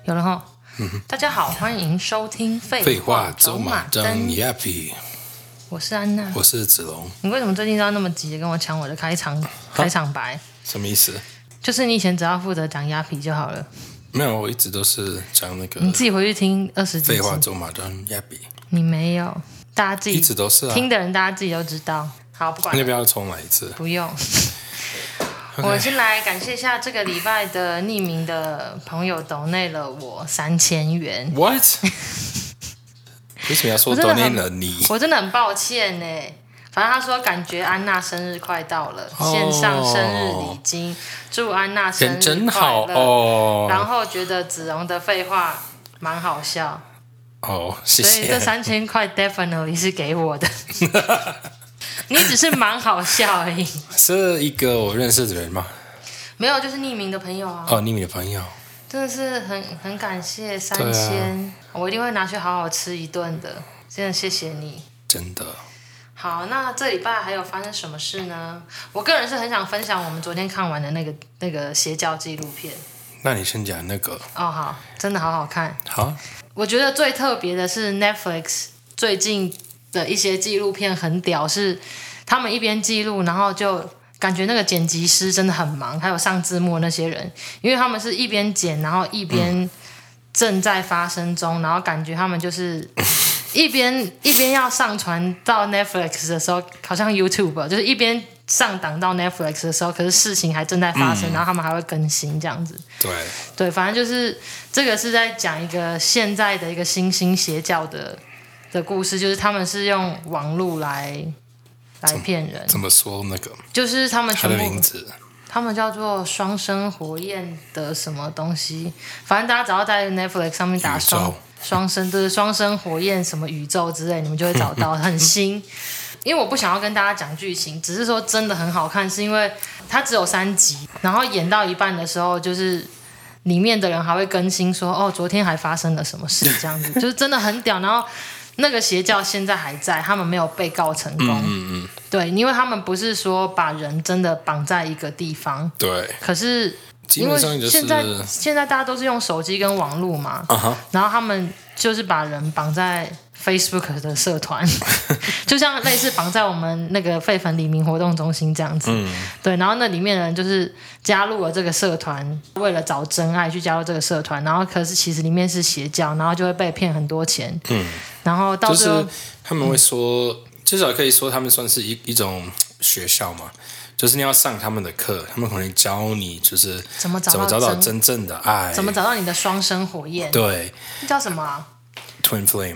有了哈。大家好，欢迎收听废话走马灯。我是安娜， 我是子龙。 你为什么最近都要那么急的跟我抢我的开场白？ 什么意思？ 就是你以前只要负责讲鸭皮就好了。 没有，我一直都是讲那个。 你自己回去听20几集。 废话走马灯鸭皮。 你没有，大家自己一直都是啊。 听的人，大家自己都知道。好，不管了。 要不要重来一次？ 不用。我先来感谢一下这个礼拜的匿名的朋友抖内了我3000元。 What？ 为什么要说抖内了你？ 我真的很抱歉耶。反正他说感觉安娜生日快到了，线上生日礼金，祝安娜生日快乐。 真好哦。 然后觉得子荣的废话蛮好笑。 哦，谢谢。 所以这3000块 definitely 是给我的。你只是蛮好笑而已。 是一个我认识的人吗？ 没有，就是匿名的朋友啊。 哦，匿名的朋友。 真的是很感谢3000，我一定会拿去好好吃一顿的。真的谢谢你。 真的。好， 那这礼拜还有发生什么事呢？我个人是很想分享我们昨天看完的那个邪教纪录片。 那你先讲那个。 哦，好，真的好好看。 好。 我觉得最特别的是 Netflix 最近的一些纪录片很屌，是他们一边记录，然后就感觉那个剪辑师真的很忙，还有上字幕那些人，因为他们是一边剪，然后一边正在发生中，然后感觉他们就是一边要上传到 Netflix 的时候，好像 YouTube 就是一边上档到 Netflix 的时候，可是事情还正在发生，然后他们还会更新这样子。对，反正就是这个是在讲一个现在的一个新兴邪教的故事，就是他们是用网络来骗人。怎么说那个？ 就是他们全部， 他的名字， 他们叫做双生火焰的什么东西，反正大家只要在 Netflix 上面打双生火焰什么宇宙之类，你们就会找到，很新。因为我不想要跟大家讲剧情，只是说真的很好看，是因为它只有3集，然后演到一半的时候，就是里面的人还会更新说，哦，昨天还发生了什么事，这样子，就是真的很屌。然后那个邪教现在还在，他们没有被告成功。对，因为他们不是说把人真的绑在一个地方。 对。 可是因为现在大家都是用手机跟网络嘛，然后他们就是把人绑在 Facebook 的社团，就像类似绑在我们那个废粉黎明活动中心这样子。对，然后那里面的人就是加入了这个社团，为了找真爱去加入这个社团，然后可是其实里面是邪教，然后就会被骗很多钱。然后到最后就是他们会说，至少可以说他们算是一种学校嘛，就是你要上他们的课，他们可能教你就是怎么找到真正的爱， 怎么找到你的双生火焰。 对， 那叫什么啊？ Twin Flame。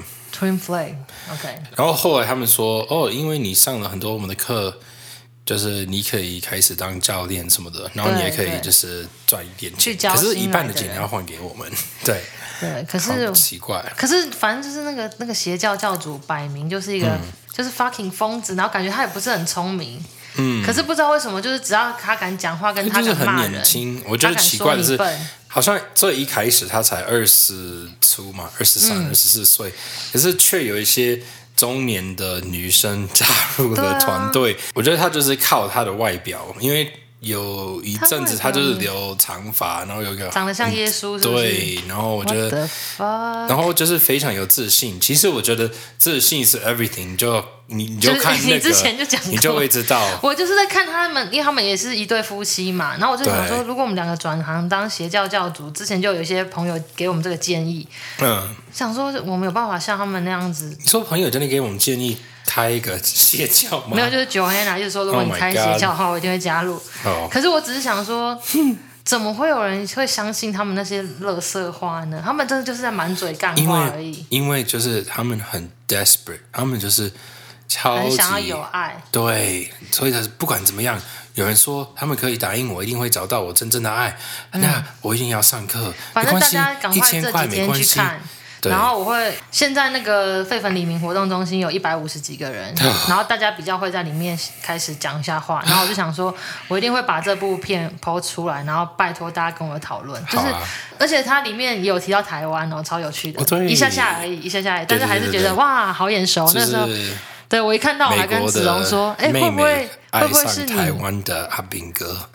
OK。 然后后来他们说，哦，因为你上了很多我们的课，就是你可以开始当教练什么的，然后你也可以就是赚一点钱，可是一半的钱要还给我们。对， 可是好奇怪。 可是反正就是那个邪教教主摆明就是一个就是 fucking 疯子，然后感觉他也不是很聪明。可是不知道为什么，就是只要他敢讲话，跟他敢骂人， 很年轻。我觉得奇怪的是，好像最一开始他才20出嘛，23、24岁，可是却有一些中年的女生加入了团队。我觉得他就是靠他的外表，因为有一阵子他就是留长发，然后有一个长得像耶稣，是不是？ 对，然后我觉得，然后就是非常有自信。其实我觉得自信是 everything， 你就看那个， 你之前就讲过， 你就会知道。 我就是在看他们，因为他们也是一对夫妻嘛，然后我就想说，如果我们2个转行当邪教教主，之前就有一些朋友给我们这个建议，想说我们有办法像他们那样子。 你说朋友真的给我们建议开一个邪教吗？ 没有，就是Joanna就是说，如果你开邪教的话，我一定会加入。可是我只是想说，怎么会有人会相信他们那些垃圾话呢？他们真的就是在满嘴干话而已。 因为就是他们很 desperate， 他们就是超级很想要有爱。 对，所以不管怎么样，有人说他们可以答应我，一定会找到我真正的爱，那我一定要上课。 反正大家赶快 1000 这几天去看。然后我会现在那个废粉黎明活动中心有150几个人，然后大家比较会在里面开始讲一下话，然后我就想说，我一定会把这部片 po 出来，然后拜托大家跟我讨论，就是而且它里面也有提到台湾哦，超有趣的，一下下而已，但是还是觉得哇，好眼熟，那时候。对，我一看到我还跟子龙说，会不会是你台湾的阿炳哥？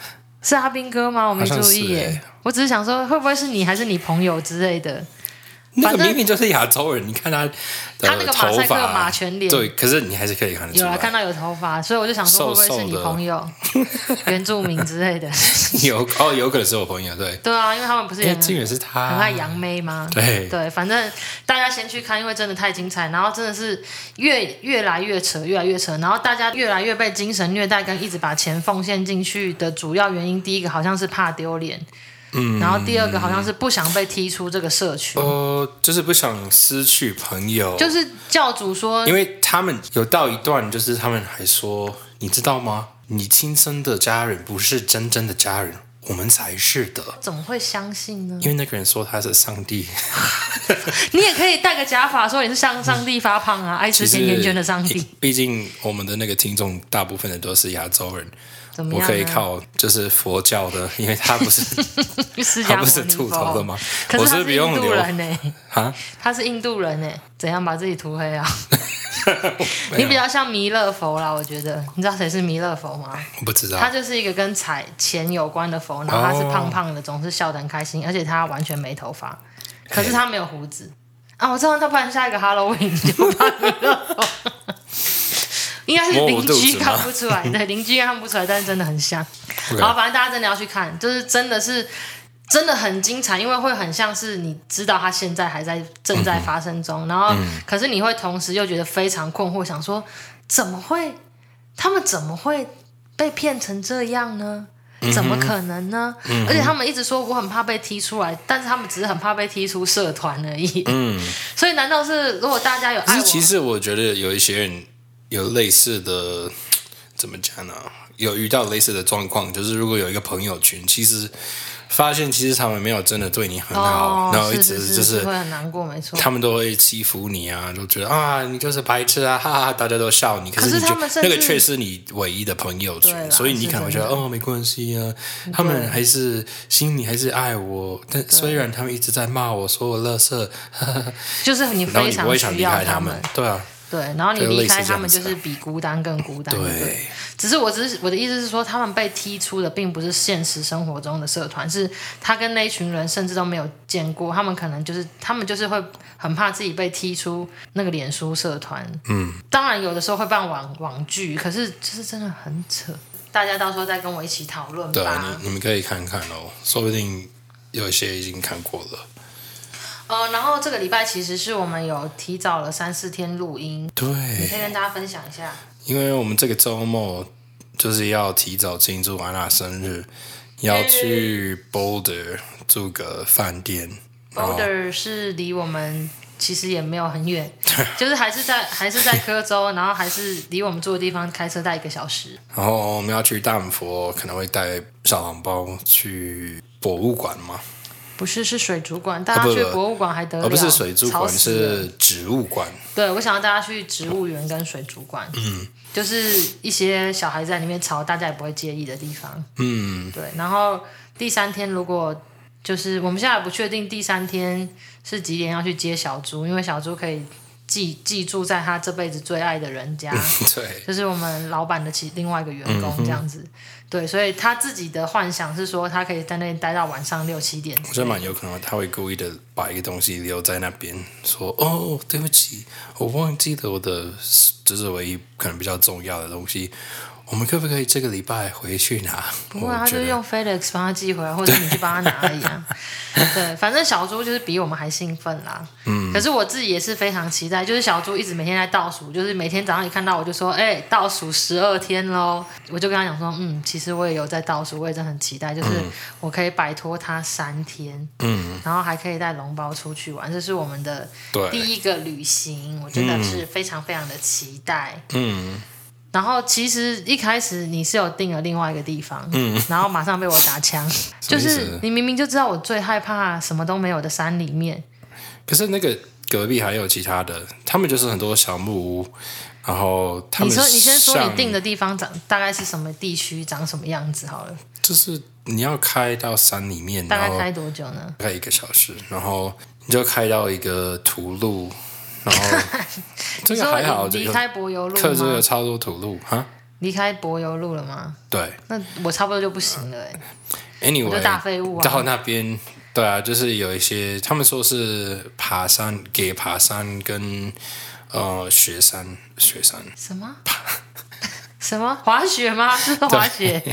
是阿兵哥吗？我没注意耶。我只是想说，会不会是你还是你朋友之类的？ 那个明明就是亚洲人，你看他的他那个马赛克马全脸， 对，可是你还是可以看得出来， 有看到有头发，所以我就想说，会不会是你朋友、原住民之类的？ 有可能是我朋友，对。 对啊，因为他们不是也金远是他很爱杨妹吗？ 对， 反正大家先去看，因为真的太精彩，然后真的是越来越扯，越来越扯，然后大家越来越被精神虐待，跟一直把钱奉献进去的主要原因，第一个好像是怕丢脸。然后第二个好像是不想被踢出这个社群， 就是不想失去朋友。 就是教主说， 因为他们有到一段，就是他们还说，你知道吗？你亲生的家人不是真正的家人，我们才是的。 怎么会相信呢？ 因为那个人说他是上帝。 你也可以戴个假发，说你是向上帝发胖啊，爱吃甜甜圈的上帝。 毕竟我们的那个听众大部分的都是亚洲人。 我可以靠就是佛教的，因为他不是他不是秃头的吗？ 可是他是印度人啊， 他是印度人怎样把自己涂黑啊？你比较像弥勒佛啦，我觉得。你知道谁是弥勒佛吗？ 我不知道。 他就是一个跟钱有关的佛，然后他是胖胖的，总是笑得很开心，而且他完全没头发，可是他没有胡子啊！我知道他不然下一个 Halloween 就扮弥勒佛。应该是邻居看不出来，对，邻居看不出来，但是真的很像。然后反正大家真的要去看，就是真的很精彩，因为会很像是你知道他现在还在正在发生中，然后可是你会同时又觉得非常困惑，想说他们怎么会被骗成这样呢？怎么可能呢？而且他们一直说我很怕被踢出来，但是他们只是很怕被踢出社团而已。所以难道是如果大家有爱我， 其实我觉得有一些人有类似的，怎么讲呢？有遇到类似的状况，就是如果有一个朋友群，其实发现其实他们没有真的对你很好，然后一直就是会很难过，没错。 他们都会欺负你啊，都觉得啊你就是白痴啊，哈哈，大家都笑你。可是你那个却是你唯一的朋友群，所以你可能会觉得没关系啊，他们还是心里还是爱我，但虽然他们一直在骂我说我垃圾， 就是你非常需要他们，对啊。 对，然后你离开他们就是比孤单更孤单。对，只是我的意思是说，他们被踢出的并不是现实生活中的社团，是他跟那一群人甚至都没有见过，他们就是会很怕自己被踢出那个脸书社团。当然有的时候会办网剧，可是就是真的很扯。大家到时候再跟我一起讨论吧。 对，你们可以看看哦，说不定有一些已经看过了。 然后这个礼拜其实是我们有提早了3-4天录音， 对， 你可以跟大家分享一下。 因为我们这个周末就是要提早庆祝安娜生日，要去 Boulder 住个饭店。 Boulder 是离我们其实也没有很远，就是还是在科州，然后还是离我们住的地方开车带1个小时。 然后我们要去丹佛，可能会带小笼包去博物馆嘛。 不是，是水族馆。大家去博物馆还得了？ 不是水族馆，是植物馆。 对，我想要大家去植物园跟水族馆。就是一些小孩在里面吵，大家也不会介意的地方。对。然后第3天，如果就是我们现在不确定第3天是几点要去接小猪，因为小猪可以寄住在他这辈子最爱的人家。 对， 就是我们老板的另外一个员工这样子。对，所以他自己的幻想是说，他可以在那里待到晚上6-7点。 我觉得蛮有可能，他会故意的把一个东西留在那边，说：“哦，对不起，我忘记了我的，就是唯一可能比较重要的东西。我们可不可以这个礼拜回去拿？” 不会，他就用 FedEx 帮他寄回来，或者你去帮他拿而已啊。对，反正小猪就是比我们还兴奋啦。可是我自己也是非常期待，就是小猪一直每天在倒数，就是每天早上一看到我就说：“倒数12天咯。”我就跟他讲说：“其实我也有在倒数，我也真的很期待，就是我可以摆脱他3天，然后还可以带笼包出去玩，这是我们的第一个旅行，我真的是非常非常的期待。”然后其实一开始你是有订了另外一个地方，然后马上被我打枪，就是你明明就知道我最害怕什么都没有的山里面， 可是那个隔壁还有其他的，他们就是很多小木屋，然后他们你先说你订的地方大概是什么地区，长什么样子好了。 就是你要开到山里面， 大概开多久呢？ 大概1个小时，然后你就开到一个土路。然后这个还好， 离开柏油路吗？ 克州有超多土路哈。 离开柏油路了吗？ 对， 那我差不多就不行了 Anyway， 我就大废物啊。 到那边，对啊，就是有一些他们说是爬山跟雪山什么什么滑雪吗？是滑雪。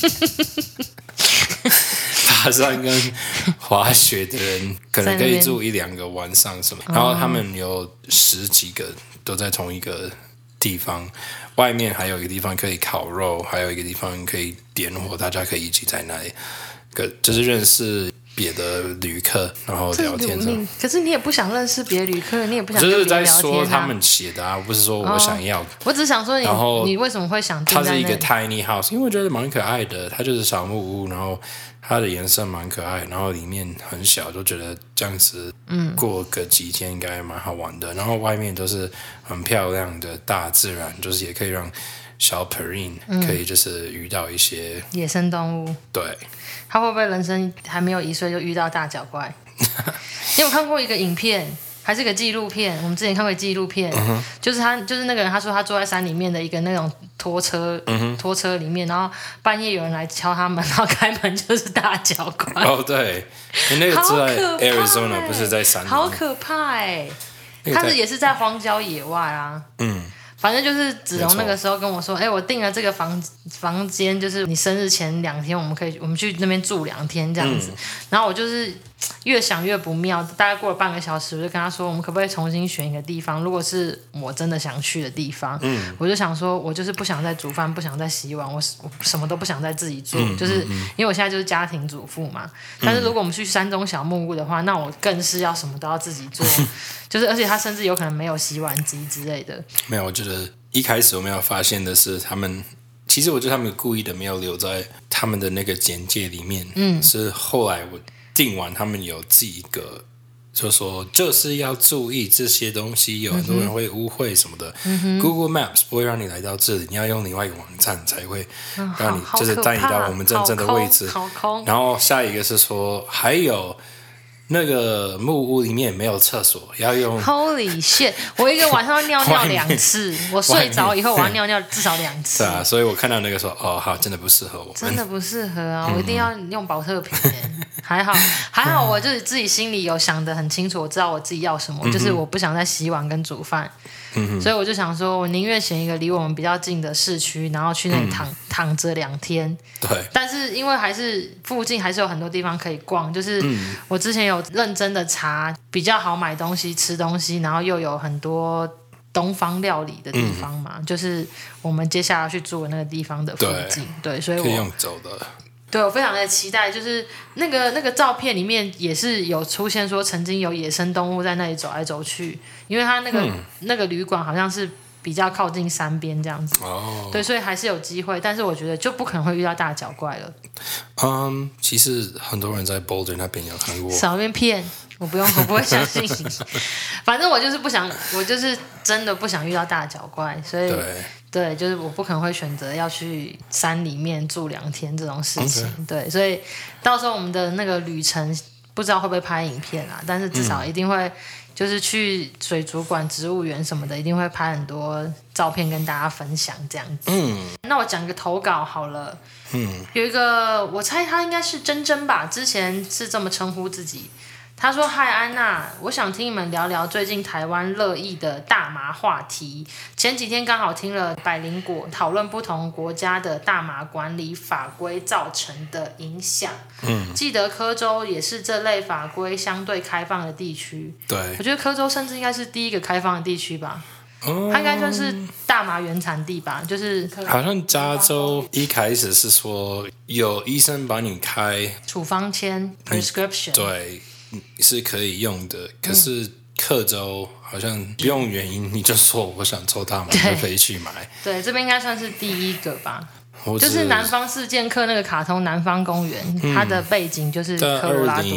爬山跟滑雪的人可能可以住1-2个晚上什么，然后他们有10几个都在同一个地方，外面还有一个地方可以烤肉，还有一个地方可以点火，大家可以一起在那里，就是认识别的旅客，然后聊天。 可是你也不想认识别的旅客，你也不想跟别人聊天就是在说他们写的啊，不是说我想要。 我只想说你为什么会想住在那里？ 它是一个 tiny house， 因为我觉得蛮可爱的，它就是小木屋，然后它的颜色蛮可爱，然后里面很小，就觉得这样子过个几天应该蛮好玩的。然后外面都是很漂亮的大自然，就是也可以让小 Perrine 可以就是遇到一些野生动物。 对， 他会不会人生还没有1岁就遇到大脚怪？因为我看过一个影片，还是个纪录片，我们之前看过纪录片，就是那个人，他说他坐在山里面的一个那种拖车里面，然后半夜有人来敲他门，然后开门就是大脚怪。 哦，对，那个住在 Arizona 不是在山里面， 好可怕哎！他也是在荒郊野外啊。反正就是子荣那个时候跟我说，我订了这个房间，就是你生日前2天，我们去那边住2天这样子。然后我就是越想越不妙，大概过了半个小时，我就跟他说，我们可不可以重新选一个地方？如果是我真的想去的地方，我就想说，我就是不想再煮饭，不想再洗碗，我什么都不想再自己做，就是因为我现在就是家庭主妇嘛。但是如果我们去山中小木屋的话，那我更是要什么都要自己做，就是而且他甚至有可能没有洗碗机之类的。 没有，我觉得一开始我们要发现的是其实我觉得他们故意的没有留在他们的那个简介里面，是后来我订完，他们有自己一个，就说就是要注意这些东西，有很多人会误会什么的。Google Maps 不会让你来到这里，你要用另外一个网站才会让你就是带你到我们真正的位置。然后下一个是说，还有那个木屋里面没有厕所，要用 Holy shit！ 我一个晚上要尿2次，我睡着以后我要尿至少2次。 对啊，所以我看到那个说，好，真的不适合我们， 真的不适合啊！我一定要用保特瓶还好，我就是自己心里有想得很清楚，我知道我自己要什么，就是我不想再洗碗跟煮饭。所以我就想说，我宁愿选一个离我们比较近的市区，然后去那里躺着2天。 对。但是因为附近还是有很多地方可以逛，就是我之前有认真的查比较好买东西、吃东西，然后又有很多东方料理的地方嘛，就是我们接下来去住的那个地方的附近。对，所以可以用走的。 对，我非常的期待，就是那个照片里面也是有出现说曾经有野生动物在那里走来走去，因为它那个旅馆好像是比较靠近山边这样子。对，所以还是有机会，但是我觉得就不可能会遇到大脚怪了。 其实很多人在 Boulder 那边有看过， 少边骗我不会相信你。反正我就是不想，我就是真的不想遇到大脚怪，所以对，就是我不可能会选择要去山里面住2天这种事情。对，所以到时候我们的那个旅程不知道会不会拍影片啊，但是至少一定会就是去水族馆、植物园什么的，一定会拍很多照片跟大家分享这样子。那我讲一个投稿好了。有一个我猜他应该是珍珍吧，之前是这么称呼自己。他说：“嗨，安娜，我想听你们聊聊最近台湾热议的大麻话题。前几天刚好听了百灵果讨论不同国家的大麻管理法规造成的影响。记得科州也是这类法规相对开放的地区。对，我觉得科州甚至应该是第一个开放的地区吧。它应该算是大麻原产地吧，就是好像加州一开始是说有医生帮你开处方签 prescription， 对。”是可以用的，可是克州好像不用原因，你就说我想抽大麻就可以去买。对， 这边应该算是第一个吧。就是南方四剑客那个卡通《南方公园》，它的背景就是科罗拉多。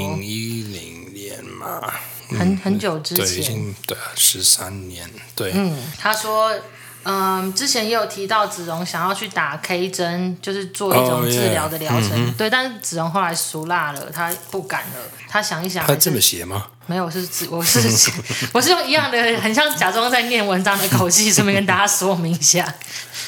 2010年嘛， 很久之前， 对，已经13年。对， 他说。之前也有提到子荣想要去打 K 针，就是做一种治疗的疗程。对，但是子荣后来熟辣了，他不敢了。他想一想， 他这么写吗？ 没有，我是用一样的，很像假装在念文章的口气，顺便跟大家说明一下。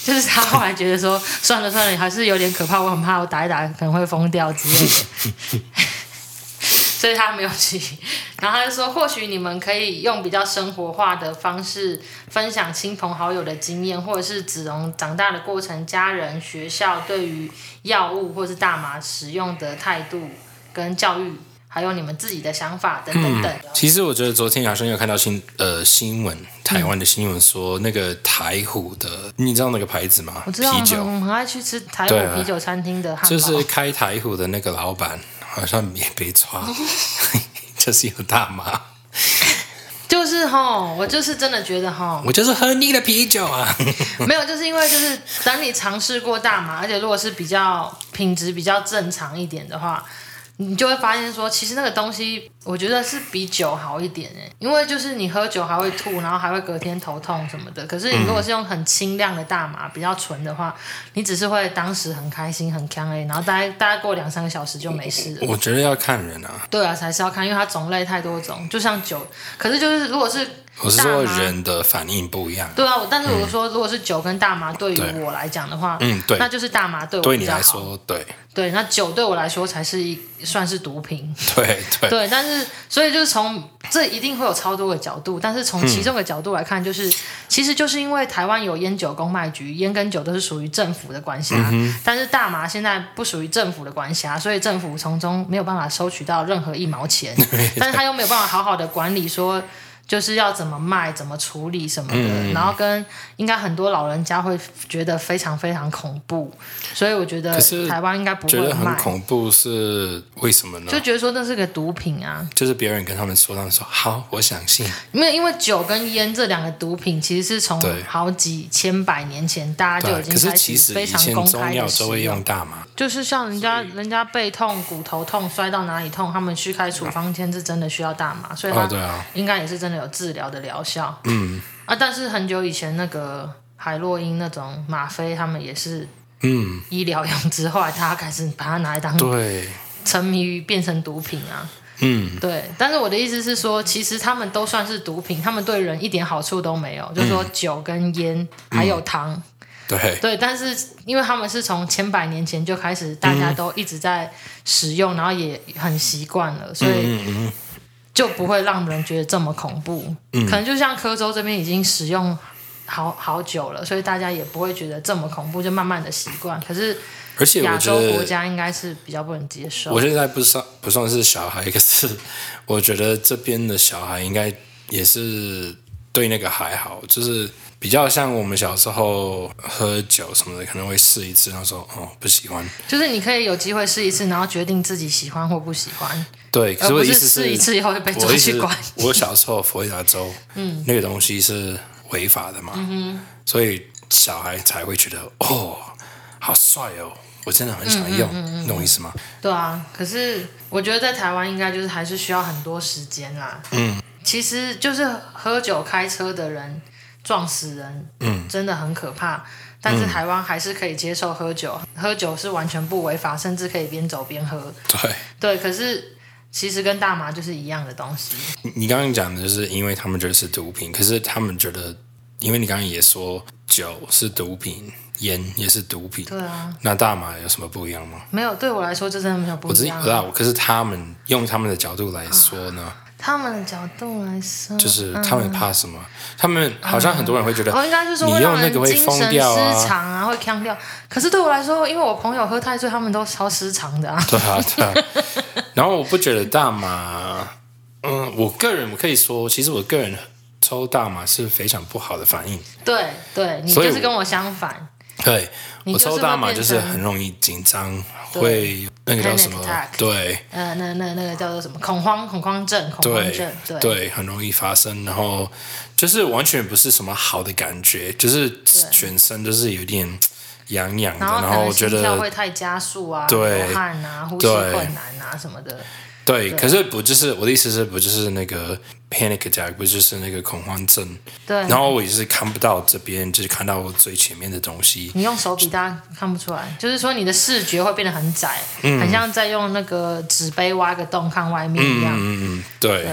就是他后来觉得说算了，还是有点可怕，我很怕我打一打可能会疯掉之类的。所以他没有去，然后他就说，或许你们可以用比较生活化的方式分享亲朋好友的经验，或者是子龙长大的过程，家人、学校对于药物或是大麻使用的态度跟教育，还有你们自己的想法等等等。 其实我觉得昨天好像有看到新闻，台湾的新闻说那个台虎的，你知道那个牌子吗？ 我知道， 啤酒， 很爱去吃台虎啤酒餐厅的汉堡， 就是开台虎的那个老板。好像也被抓，就是有大麻。 就是我就是真的觉得我就是喝你的啤酒啊。 没有，就是因为就是当你尝试过大麻，而且如果是比较品质比较正常一点的话，你就会发现说，其实那个东西我觉得是比酒好一点因为就是你喝酒还会吐，然后还会隔天头痛什么的。可是你如果是用很清亮的大麻，比较纯的话，你只是会当时很开心很锵然后大概过2-3个小时就没事了。 我觉得要看人啊。 对啊，才是要看，因为它种类太多种，就像酒。可是就是如果是我是说人的反应不一样。 对啊，但是我说如果是酒跟大麻对于我来讲的话， 对， 那就是大麻对我对比较好。 你来说， 对，那酒对我来说才是算是毒品。 对， 但是所以就是从这一定会有超多个角度，但是从其中的角度来看，其实就是因为台湾有烟酒公卖局，烟跟酒都是属于政府的管辖，但是大麻现在不属于政府的管辖，所以政府从中没有办法收取到任何1毛钱，但是他又没有办法好好的管理说。就是要怎么卖、怎么处理什么的，然后应该很多老人家会觉得非常非常恐怖，所以我觉得台湾应该不会卖。 觉得很恐怖是为什么呢？ 就觉得说那是个毒品啊， 就是别人跟他们说好，我相信。 因为酒跟烟这2个毒品其实是从好几千百年前大家就已经开始非常公开的使用。 用大麻， 就是像人家背痛、骨头痛、摔到哪里痛，他们去开处方签是真的需要大麻，所以他应该也是真的有治疗的疗效。但是很久以前那个海洛因那种吗啡，他们也是医疗用之后来他开始把它拿来当沉迷于变成毒品啊。对，但是我的意思是说，其实他们都算是毒品，他们对人一点好处都没有，就是说酒跟烟还有糖。对，但是因为他们是从千百年前就开始，大家都一直在使用，然后也很习惯了，所以就不会让人觉得这么恐怖。可能就像科州这边已经使用好久了，所以大家也不会觉得这么恐怖，就慢慢的习惯。可是亚洲国家应该是比较不能接受。 我现在不算是小孩，可是我觉得这边的小孩应该也是对那个还好，就是比较像我们小时候喝酒什么的，可能会试一次，然后说不喜欢。就是你可以有机会试一次，然后决定自己喜欢或不喜欢。 对，可是我的意思是试一次以后会被抓去关。 我小时候佛罗里达州，那个东西是违法的嘛，所以小孩才会觉得好帅哦，我真的很想用，你懂我意思吗？ 对啊，可是我觉得在台湾应该就是还是需要很多时间啦。其实就是喝酒开车的人撞死人，真的很可怕。但是台湾还是可以接受喝酒，喝酒是完全不违法，甚至可以边走边喝。对，可是其实跟大麻就是一样的东西。 你刚刚讲的就是因为他们觉得是毒品，可是他们觉得，因为你刚刚也说酒是毒品，烟也是毒品， 对啊， 那大麻有什么不一样吗？ 没有，对我来说这真的没有不一样。 我知道，可是他们用他们的角度来说呢？ 他们的角度来说， 就是他们怕什么？他们好像很多人会觉得， 应该是说你用那个会疯掉啊，失常啊，会呛掉。可是对我来说，因为我朋友喝太醉，他们都超失常的啊。 对啊。然后我不觉得大麻，我个人我可以说，其实我个人抽大麻是非常不好的反应。 对，你就是跟我相反。 对，我抽大麻就是很容易紧张，会那个叫什么？对， 那个叫做什么？恐慌症， 对，很容易发生，然后就是完全不是什么好的感觉，就是全身就是有点痒痒的，然后我觉得心跳会太加速啊，流汗啊，呼吸困难啊什么的。 对，可是不就是我的意思是不就是那个 panic attack， 不就是那个恐慌症？ 对。 然后我也是看不到这边，就是看到我最前面的东西。 你用手比大家看不出来，就是说你的视觉会变得很窄，很像在用那个纸杯挖个洞看外面一样。 对。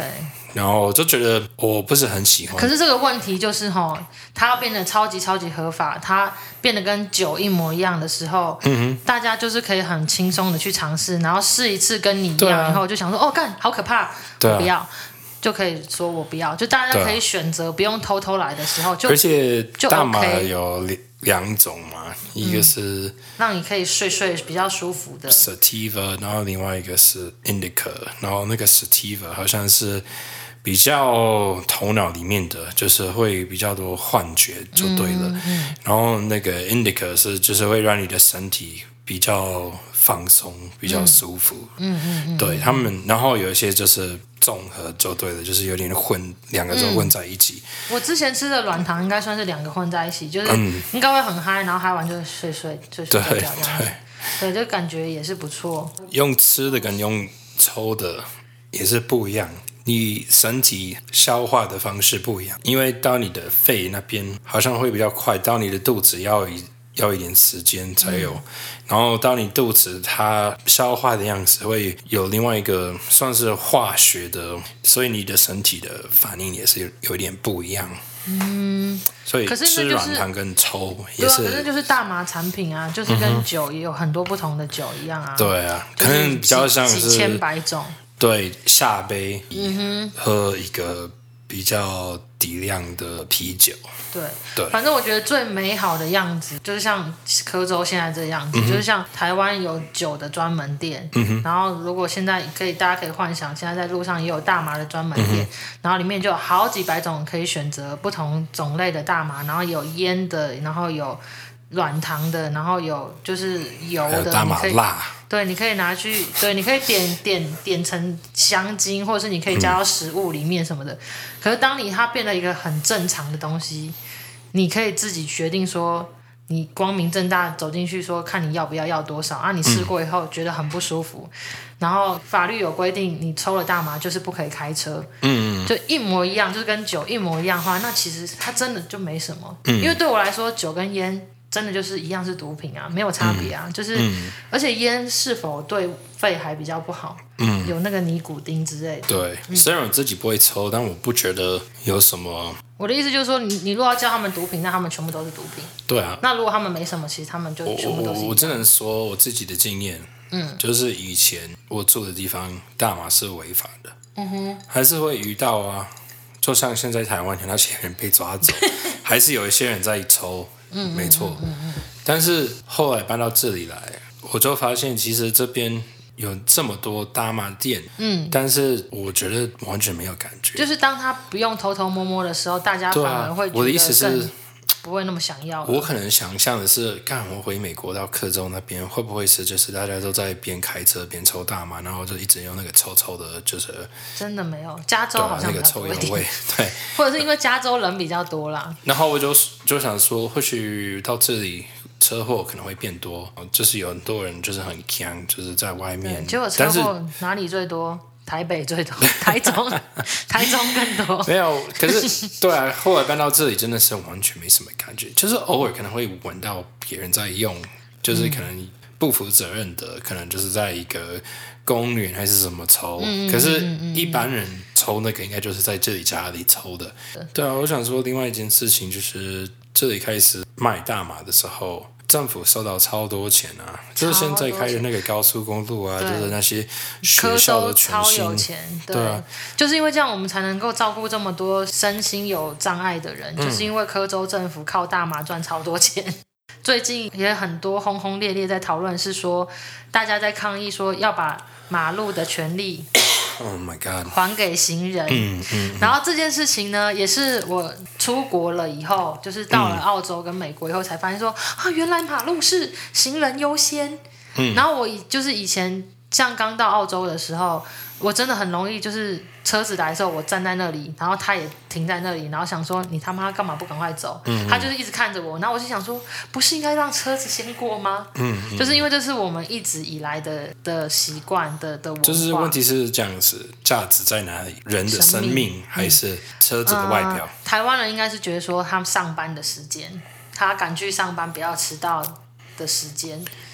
然后就觉得我不是很喜欢。 可是这个问题就是它要变得超级超级合法，它变得跟酒一模一样的时候，大家就是可以很轻松的去尝试，然后试一次跟你一样以后就想说干好可怕，我不要。就可以说我不要，就大家可以选择不用偷来的时候就， 而且大麻 OK 有2种嘛，一个是让你可以睡比较舒服的 sativa， 然后另外一个是 indica， 然后那个 sativa 好像是比较头脑里面的，就是会比较多幻觉就对了，然后那个 indica 是就是会让你的身体比较放松，比较舒服，对他们，然后有一些就是综合就对了，就是有点两个都混在一起。 我之前吃的软糖应该算是2个混在一起，就是应该会很嗨，然后嗨完就睡觉这样子。对，就感觉也是不错。 用吃的跟用抽的也是不一样，你身体消化的方式不一样，因为到你的肺那边好像会比较快，到你的肚子要一点时间才有，然后到你肚子它消化的样子会有另外一个算是化学的，所以你的身体的反应也是有点不一样。所以吃软糖跟抽也是， 可是就是大麻产品啊，就是跟酒也有很多不同的酒一样啊。 对啊，可能比较像是几千百种。 对，下杯喝一个比较低量的啤酒。对， 反正我觉得最美好的样子就是像科州现在这样子，就是像台湾有酒的专门店，然后如果现在大家可以幻想，现在在路上也有大麻的专门店，然后里面就有好几百种可以选择不同种类的大麻，然后有烟的，然后有软糖的，然后有就是油的， 还有大麻辣。 对，你可以拿去，对，你可以点成香精，或者是你可以加到食物里面什么的。可是当它变了一个很正常的东西，你可以自己决定说，你光明正大走进去说，看你要多少啊？你试过以后觉得很不舒服，然后法律有规定，你抽了大麻就是不可以开车，就一模一样，就是跟酒一模一样的话，那其实它真的就没什么，因为对我来说，酒跟烟。真的就是一样是毒品啊，没有差别啊，就是而且烟是否对肺还比较不好，有那个尼古丁之类的。 对，虽然我自己不会抽，但我不觉得有什么。 我的意思就是说，你如果要叫他们毒品，那他们全部都是毒品。 对啊。 那如果他们没什么，其实他们就全部都是一样。 我只能说我自己的经验，就是以前我住的地方大麻是违法的，还是会遇到啊，就像现在台湾有那些人被抓走，还是有一些人在抽。没错，但是后来搬到这里来，我就发现其实这边有这么多大麻店，但是我觉得完全没有感觉。 就是当他不用偷偷摸摸的时候，大家反而会觉得我的意思是不会那么想要。 我可能想象的是，我回美国到科州那边，会不会是就是大家都在边开车边抽大麻，然后就一直用那个臭臭的，就是真的没有，加州好像那个臭油味，对， 或者是因为加州人比较多啦。 然后我就想说，或许到这里车祸可能会变多，就是有很多人就是很强，就是在外面。 结果车祸哪里最多？台北最多，台中更多。 没有，可是对啊，后来搬到这里真的是完全没什么感觉，就是偶尔可能会闻到别人在用，就是可能不负责任的，可能就是在一个公园还是什么抽，可是一般人抽那个应该就是在这里家里抽的。对啊，我想说另外一件事情就是这里开始卖大麻的时候。政府收到超多钱啊！就是现在开的那个高速公路啊，就是那些学校的全新， 超有钱， 对啊， 就是因为这样，我们才能够照顾这么多身心有障碍的人，就是因为科州政府靠大麻赚超多钱。最近也很多轰轰烈烈在讨论，是说大家在抗议说要把马路的权利。 Oh my God！ 还给行人。然后这件事情呢，也是我出国了以后，就是到了澳洲跟美国以后，才发现说原来马路是行人优先。然后我就是以前像刚到澳洲的时候，我真的很容易就是车子来的时候，我站在那里，然后他也停在那里，然后想说你他妈干嘛不赶快走？他就是一直看着我，然后我就想说，不是应该让车子先过吗？就是因为这是我们一直以来的习惯的文化。 就是问题是这样子，价值在哪里？人的生命还是车子的外表？ 台湾人应该是觉得说他们上班的时间，他赶去上班不要迟到的时间。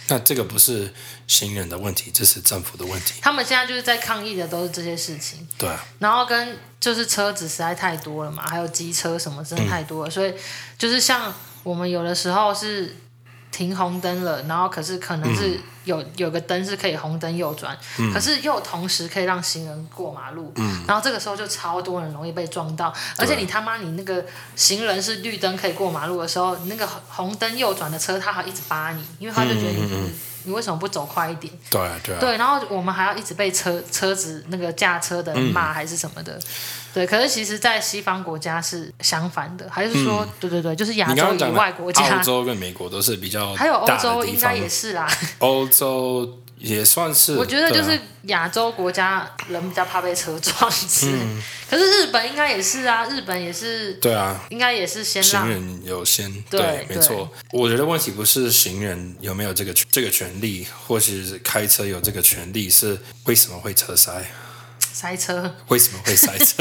那这个不是行人的问题，这是政府的问题。 他们现在就是在抗议的都是这些事情。 对啊。 然后跟就是车子实在太多了嘛，还有机车什么真的太多了，所以就是像我们有的时候是停红灯了，然后可是可能是有个灯是可以红灯右转，可是又同时可以让行人过马路，然后这个时候就超多人容易被撞到，而且你他妈你那个行人是绿灯可以过马路的时候，那个红灯右转的车他还一直扒你，因为他就觉得你为什么不走快一点？ 对啊，对啊。 对，然后我们还要一直被车子那个驾车的人骂还是什么的。对，可是其实，在西方国家是相反的，还是说，对，就是亚洲以外国家， 澳洲跟美国都是比较还有欧大的洲地方应该也是啦。 欧洲也算是， 我觉得就是亚洲国家人比较怕被车撞之类。可是日本应该也是啊，日本也是， 对啊， 应该也是先让行人有先， 对， 没错。我觉得问题不是行人有没有这个权利，或是开车有这个权利，是为什么会车塞？ 塞车？ 为什么会塞车？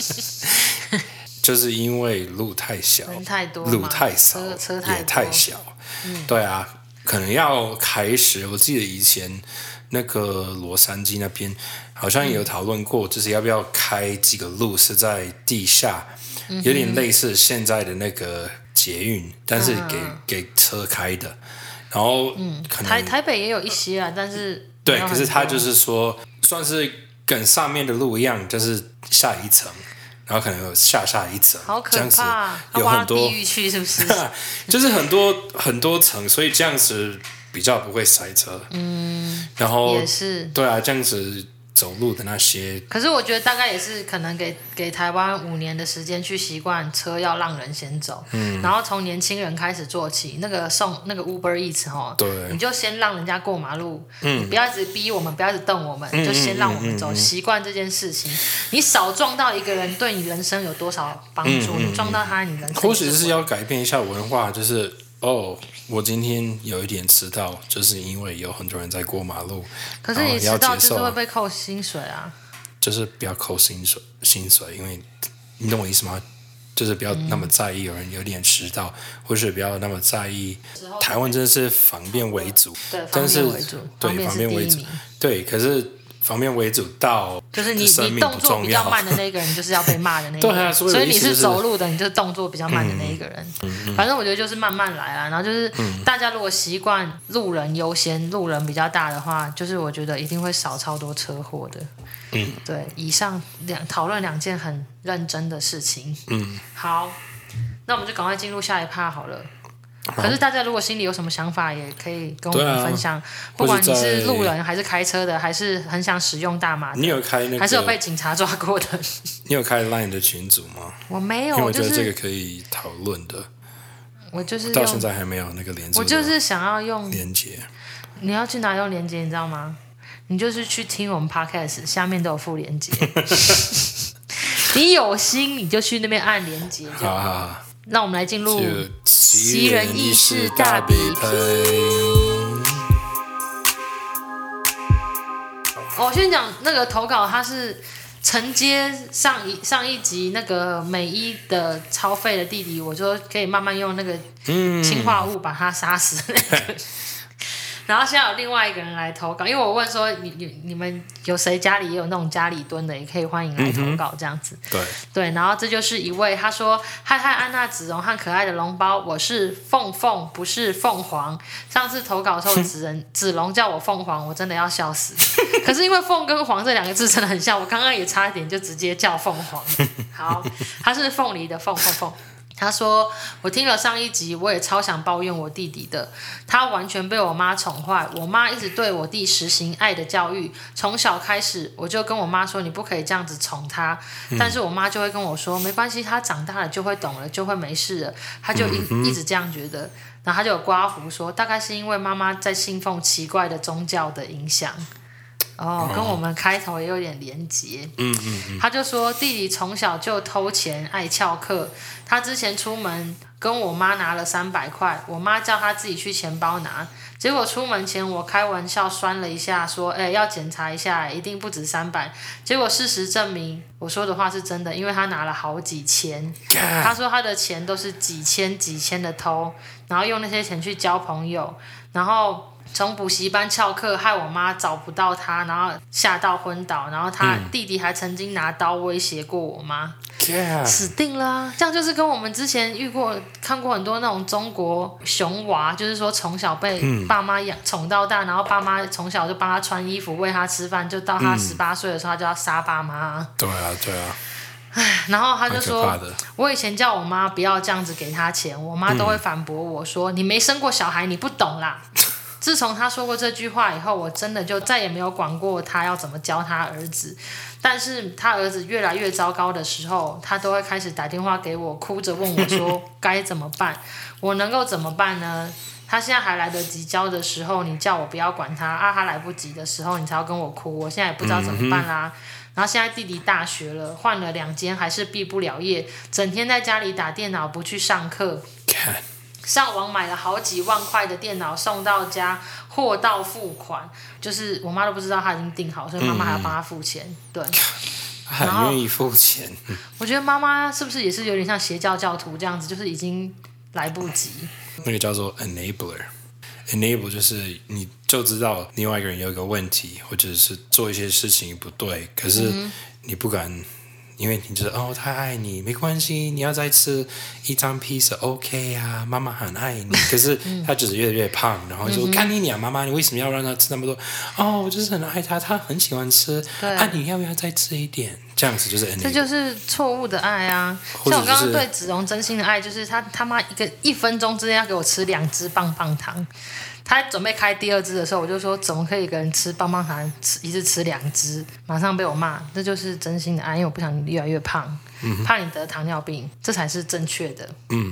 就是因为路太小， 人太多， 路太少， 车也太小。对啊，可能要开始。我记得以前那个洛杉矶那边好像有讨论过，就是要不要开几个路是在地下，有点类似现在的那个捷运，但是给车开的。然后可能台北也有一些啊，但是对，可是他就是说算是跟上面的路一样，就是下一层。然后可能有下一层， 好可怕！ 有很多地狱去是不是？ 就是很多层，所以这样子比较不会塞车。然后也是对啊，这样子走路的那些。 可是我觉得大概也是可能给台湾5年的时间去习惯车要让人先走，然后从年轻人开始做起，那个送那个 Uber Eats 对， 你就先让人家过马路，你不要一直逼我们，不要一直瞪我们，就先让我们走，习惯这件事情。你少撞到一个人，对你人生有多少帮助？你撞到他，你人生或许是要改变一下文化，就是我今天有一点迟到，就是因为有很多人在过马路。 可是你迟到就是会被扣薪水啊。 就是不要扣薪水，因为你懂我意思吗？就是不要那么在意有人有点迟到，或是不要那么在意。台湾真的是方便为主， 对， 但是方便为主， 对，可是方便为主到就是你动作比较慢的那个人，就是要被骂的那个人。 对啊， 所以你是走路的，你就是动作比较慢的那一个人。反正我觉得就是慢慢来啊，然后就是大家如果习惯路人优先，路人比较大的话，就是我觉得一定会少超多车祸的。对，以上讨论2件很认真的事情。好，那我们就赶快进入下一趴好了。可是大家如果心里有什么想法，也可以跟我们分享。不管你是路人还是开车的，还是很想使用大麻的， 你有开那个， 还是有被警察抓过的？ 你有开 LINE 的群组吗？ 我没有， 因为我觉得这个可以讨论的。 我就是到现在还没有那个连接。 我就是想要用连接。 你要去哪用连接？你知道吗？你就是去听我们 podcast， 下面都有附连接。你有心你就去那边按连接就好。那我们来进入奇人异事大比拼。我先讲那个投稿，它是承接上一集那个美伊的超废的弟弟，我就可以慢慢用那个氰化物把他杀死那个。然后现在有另外一个人来投稿，因为我问说你们有谁家里也有那种家里蹲的，也可以欢迎来投稿这样子。对，然后这就是一位他说：嗨，安娜、子荣和可爱的龙包，我是凤，不是凤凰。上次投稿的时候，子荣叫我凤凰，我真的要笑死。可是因为凤跟凰这2个字真的很像，我刚刚也差一点就直接叫凤凰。好，他是凤梨的凤。他说：我听了上一集，我也超想抱怨我弟弟的。他完全被我妈宠坏，我妈一直对我弟实行爱的教育。从小开始，我就跟我妈说，你不可以这样子宠他。但是我妈就会跟我说，没关系，他长大了就会懂了，就会没事了。他就一直这样觉得。然后他就有刮胡说，大概是因为妈妈在信奉奇怪的宗教的影响。跟我们开头也有点连结。他就说弟弟从小就偷钱爱翘课，他之前出门跟我妈拿了300块，我妈叫他自己去钱包拿，结果出门前我开玩笑酸了一下说要检查一下，一定不止300，结果事实证明我说的话是真的，因为他拿了好几千。他说他的钱都是几千的偷，然后用那些钱去交朋友，然后从补习班翘课，害我妈找不到他，然后吓到昏倒，然后他弟弟还曾经拿刀威胁过我妈。死定了啊！这样就是跟我们之前看过很多那种中国熊娃，就是说从小被爸妈宠到大，然后爸妈从小就帮他穿衣服、喂他吃饭，就到他18岁的时候，他就要杀爸妈。 对啊。 然后他就说，我以前叫我妈不要这样子给他钱，我妈都会反驳我说，你没生过小孩，你不懂啦。自从他说过这句话以后，我真的就再也没有管过他要怎么教他儿子。但是他儿子越来越糟糕的时候，他都会开始打电话给我，哭着问我说该怎么办。我能够怎么办呢？他现在还来得及教的时候，你叫我不要管他啊；他来不及的时候，你才要跟我哭。我现在也不知道怎么办啦。然后现在弟弟大学了，换了2间，还是毕不了业，整天在家里打电脑，不去上课。上网买了好几万块的电脑送到家，货到付款，就是我妈都不知道他已经订好，所以妈妈还要帮他付钱。对， 很愿意付钱。 我觉得妈妈是不是也是有点像邪教教徒这样子，就是已经来不及。 那个叫做 enabler 就是你就知道另外一个人有一个问题，或者是做一些事情不对，可是你不敢。因为你觉得他爱你没关系，你要再吃1张披萨 OK 啊，妈妈很爱你。可是他只是越来越胖，然后就说看你俩妈妈，你为什么要让他吃那么多？我就是很爱他，他很喜欢吃。你要不要再吃一点？这样子就是 enable， 这就是错误的爱啊！像我刚刚对子荣真心的爱，就是他妈1分钟之内要给我吃2支棒棒糖。他准备开第2支的时候，我就说怎么可以一个人吃棒棒糖一次吃2支，马上被我骂。这就是真心的爱，因为我不想你越来越胖，怕你得糖尿病，这才是正确的。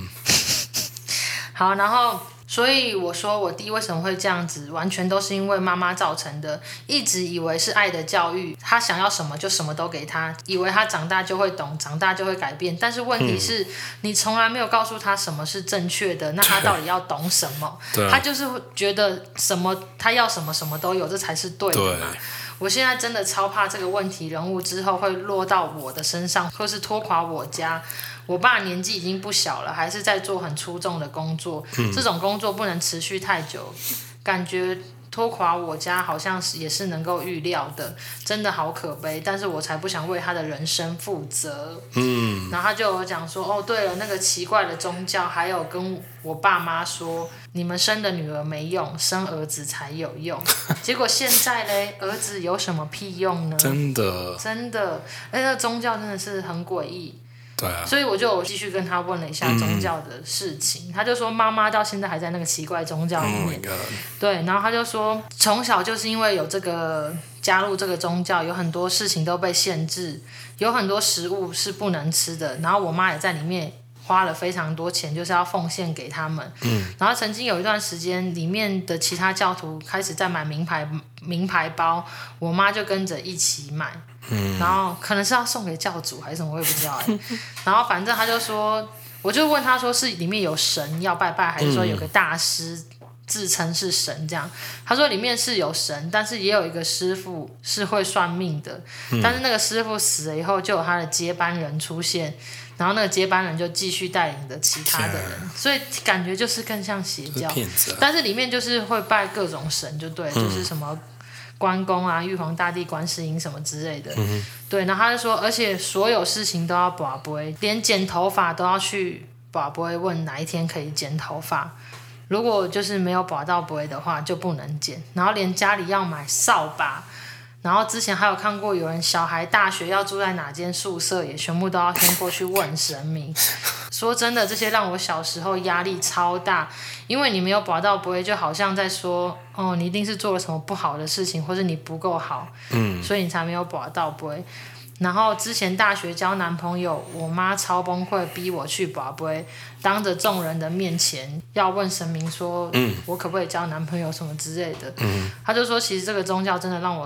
好，然后所以我说我弟为什么会这样子，完全都是因为妈妈造成的。一直以为是爱的教育，他想要什么就什么都给他，以为他长大就会懂，长大就会改变。但是问题是，你从来没有告诉他什么是正确的，那他到底要懂什么？他就是觉得什么他要什么什么都有，这才是对的嘛。我现在真的超怕这个问题人物之后会落到我的身上，或是拖垮我家。我爸年纪已经不小了，还是在做很出众的工作，这种工作不能持续太久，感觉拖垮我家好像也是能够预料的，真的好可悲，但是我才不想为他的人生负责。然后他就有讲说，对了，那个奇怪的宗教还有跟我爸妈说，你们生的女儿没用，生儿子才有用。结果现在嘞，儿子有什么屁用呢？真的，那个宗教真的是很诡异。所以我就继续跟他问了一下宗教的事情，他就说妈妈到现在还在那个奇怪宗教里面。对，然后他就说从小就是因为有这个加入这个宗教，有很多事情都被限制，有很多食物是不能吃的，然后我妈也在里面花了非常多钱，就是要奉献给他们。然后曾经有一段时间，里面的其他教徒开始在买名牌包，我妈就跟着一起买。然后可能是要送给教主还是什么，我也不知道然后反正他就说，我就问他说是里面有神要拜拜，还是说有个大师自称是神这样？他说里面是有神，但是也有一个师傅是会算命的，但是那个师傅死了以后，就有他的接班人出现，然后那个接班人就继续带领着其他的人，所以感觉就是更像邪教。但是里面就是会拜各种神，就对，就是什么关公啊、玉皇大帝、观世音什么之类的。对，然后他就说，而且所有事情都要拔杯，连剪头发都要去拔杯，问哪一天可以剪头发。如果就是没有拔到杯的话，就不能剪。然后连家里要买扫把，然后之前还有看过有人小孩大学要住在哪间宿舍，也全部都要先过去问神明。说真的，这些让我小时候压力超大，因为你没有拔到杯，就好像在说你一定是做了什么不好的事情，或是你不够好，所以你才没有拔到杯。然后之前大学交男朋友，我妈超崩溃，逼我去拔杯，当着众人的面前要问神明说，我可不可以交男朋友什么之类的。他就说，其实这个宗教真的让我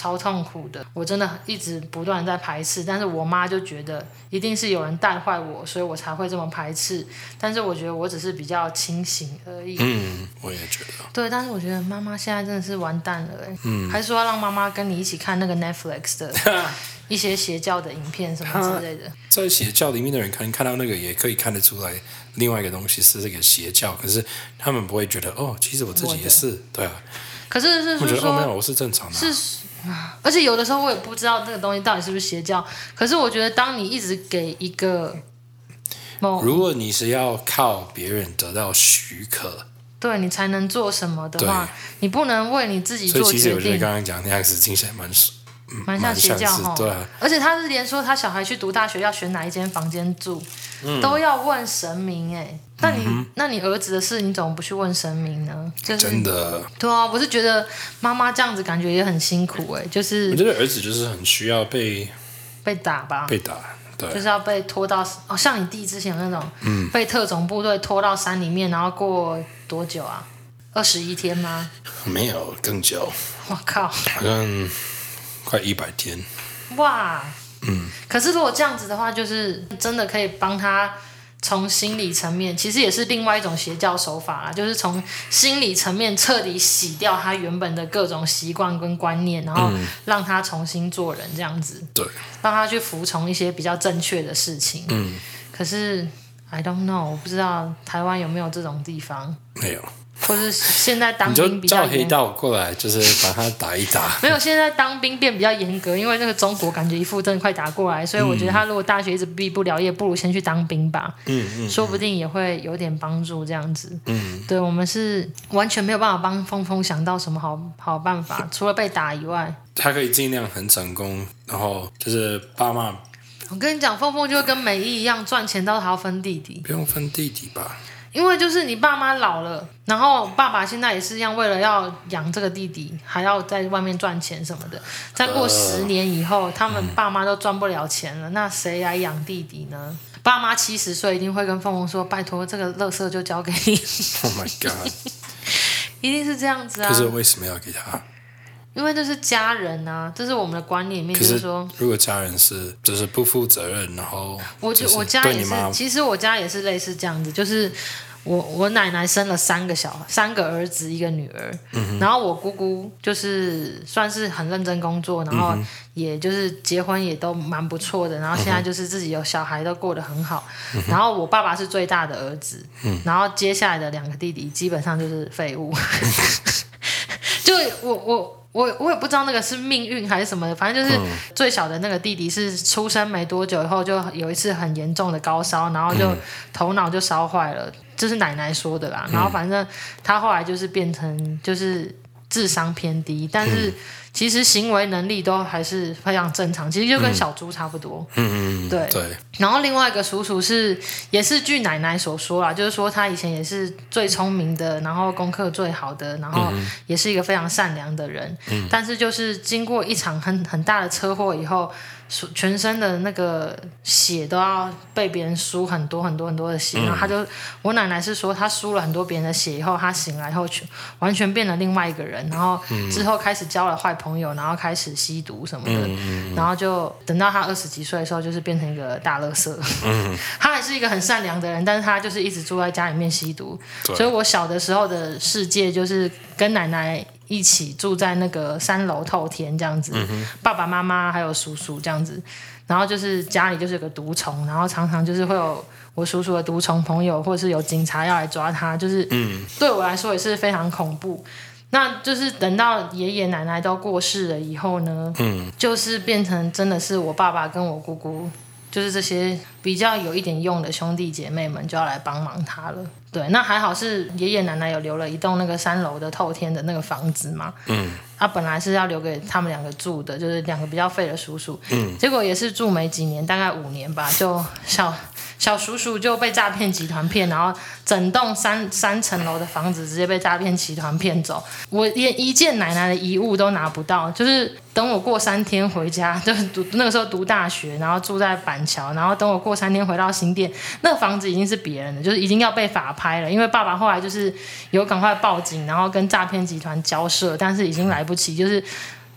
超痛苦的，我真的一直不断在排斥，但是我妈就觉得一定是有人带坏我，所以我才会这么排斥，但是我觉得我只是比较清醒而已。 我也觉得。 对，但是我觉得妈妈现在真的是完蛋了还是说要让妈妈跟你一起看那个 Netflix 的一些邪教的影片什么之类的。 在邪教里面的人可能看到那个也可以看得出来，另外一个东西是这个邪教，可是他们不会觉得其实我自己也是，对啊。 可是是说没有，我是正常的。 而且有的时候我也不知道这个东西到底是不是邪教。可是我觉得，当你一直给一个， 如果你是要靠别人得到许可， 对你才能做什么的话，你不能为你自己做决定。 所以其实我觉得刚刚讲那样子听起来蛮像邪教哈， 对啊。 而且他是连说他小孩去读大学要选哪一间房间住，都要问神明那你儿子的事你怎么不去问神明呢？就是真的。 对啊，我是觉得妈妈这样子感觉也很辛苦就是我觉得儿子就是很需要被打吧， 被打。对， 就是要被拖到像你弟之前有那种被特种部队拖到山里面，然后过多久啊？21天吗？ 没有，更久。 我靠， 好像快100天。 哇，可是如果这样子的话，就是真的可以帮他从心理层面，其实也是另外一种邪教手法啦，就是从心理层面彻底洗掉他原本的各种习惯跟观念，然后让他重新做人这样子， 对， 让他去服从一些比较正确的事情。可是 I don't know， 我不知道台湾有没有这种地方， 没有。 或是现在当兵比较你就叫黑道过来，就是把他打一打。 没有，现在当兵变比较严格，因为那个中国感觉一副真的快打过来，所以我觉得他如果大学一直毕不了业，不如先去当兵吧。说不定也会有点帮助这样子。对，我们是完全没有办法帮峰峰想到什么好办法，除了被打以外。 他可以尽量很成功，然后就是爸妈。 我跟你讲，峰峰就会跟美意一样，赚钱到还要分弟弟。 不用分弟弟吧？ 因为就是你爸妈老了，然后爸爸现在也是一样，为了要养这个弟弟，还要在外面赚钱什么的。再过10年以后，他们爸妈都赚不了钱了，那谁来养弟弟呢？爸妈70岁一定会跟凤凰说：“拜托，这个垃圾就交给你。” Oh my god！ 一定是这样子啊！ 可是为什么要给他？ 因为这是家人啊，这是我们的观念里面，就是说， 如果家人是就是不负责任，然后我家也是，其实我家也是类似这样子，就是我奶奶生了3个儿子1个女儿，然后我姑姑就是算是很认真工作，然后也就是结婚也都蛮不错的，然后现在就是自己有小孩都过得很好，然后我爸爸是最大的儿子，然后接下来的2个弟弟基本上就是废物，就我也不知道那个是命运还是什么的，反正就是最小的那个弟弟是出生没多久以后就有一次很严重的高烧，然后就头脑就烧坏了，这是奶奶说的啦。然后反正他后来就是变成就是智商偏低，但是其实行为能力都还是非常正常，其实就跟小猪差不多。对。然后另外一个叔叔也是据奶奶所说啦，就是说他以前也是最聪明的，然后功课最好的，然后也是一个非常善良的人。但是就是经过一场很大的车祸以后，全身的那个血都要被别人输很多很多很多的血，然后我奶奶是说她输了很多别人的血以后，她醒来后完全变了另外一个人，然后之后开始交了坏朋友，然后开始吸毒什么的，然后就等到她20几岁的时候，就是变成一个大垃圾。她还是一个很善良的人，但是她就是一直住在家里面吸毒，所以我小的时候的世界就是跟奶奶一起住在那个3楼透天这样子，爸爸妈妈还有叔叔这样子，然后就是家里就是有个毒虫，然后常常就是会有我叔叔的毒虫朋友，或者是有警察要来抓他，就是对我来说也是非常恐怖。那就是等到爷爷奶奶都过世了以后呢，就是变成真的是我爸爸跟我姑姑，就是这些比较有一点用的兄弟姐妹们就要来帮忙他了。对，那还好是爷爷奶奶有留了一栋那个3楼的透天的那个房子嘛，本来是要留给他们2个住的，就是2个比较废的叔叔，结果也是住没几年，大概5年吧，就小叔叔就被诈骗集团骗，然后整栋三层楼的房子直接被诈骗集团骗走，我连一件奶奶的遗物都拿不到，就是等我过3天回家，就是那个时候读大学，然后住在板桥，然后等我过3天回到新店，那个房子已经是别人的，就是已经要被法拍了，因为爸爸后来就是有赶快报警，然后跟诈骗集团交涉，但是已经来不及，就是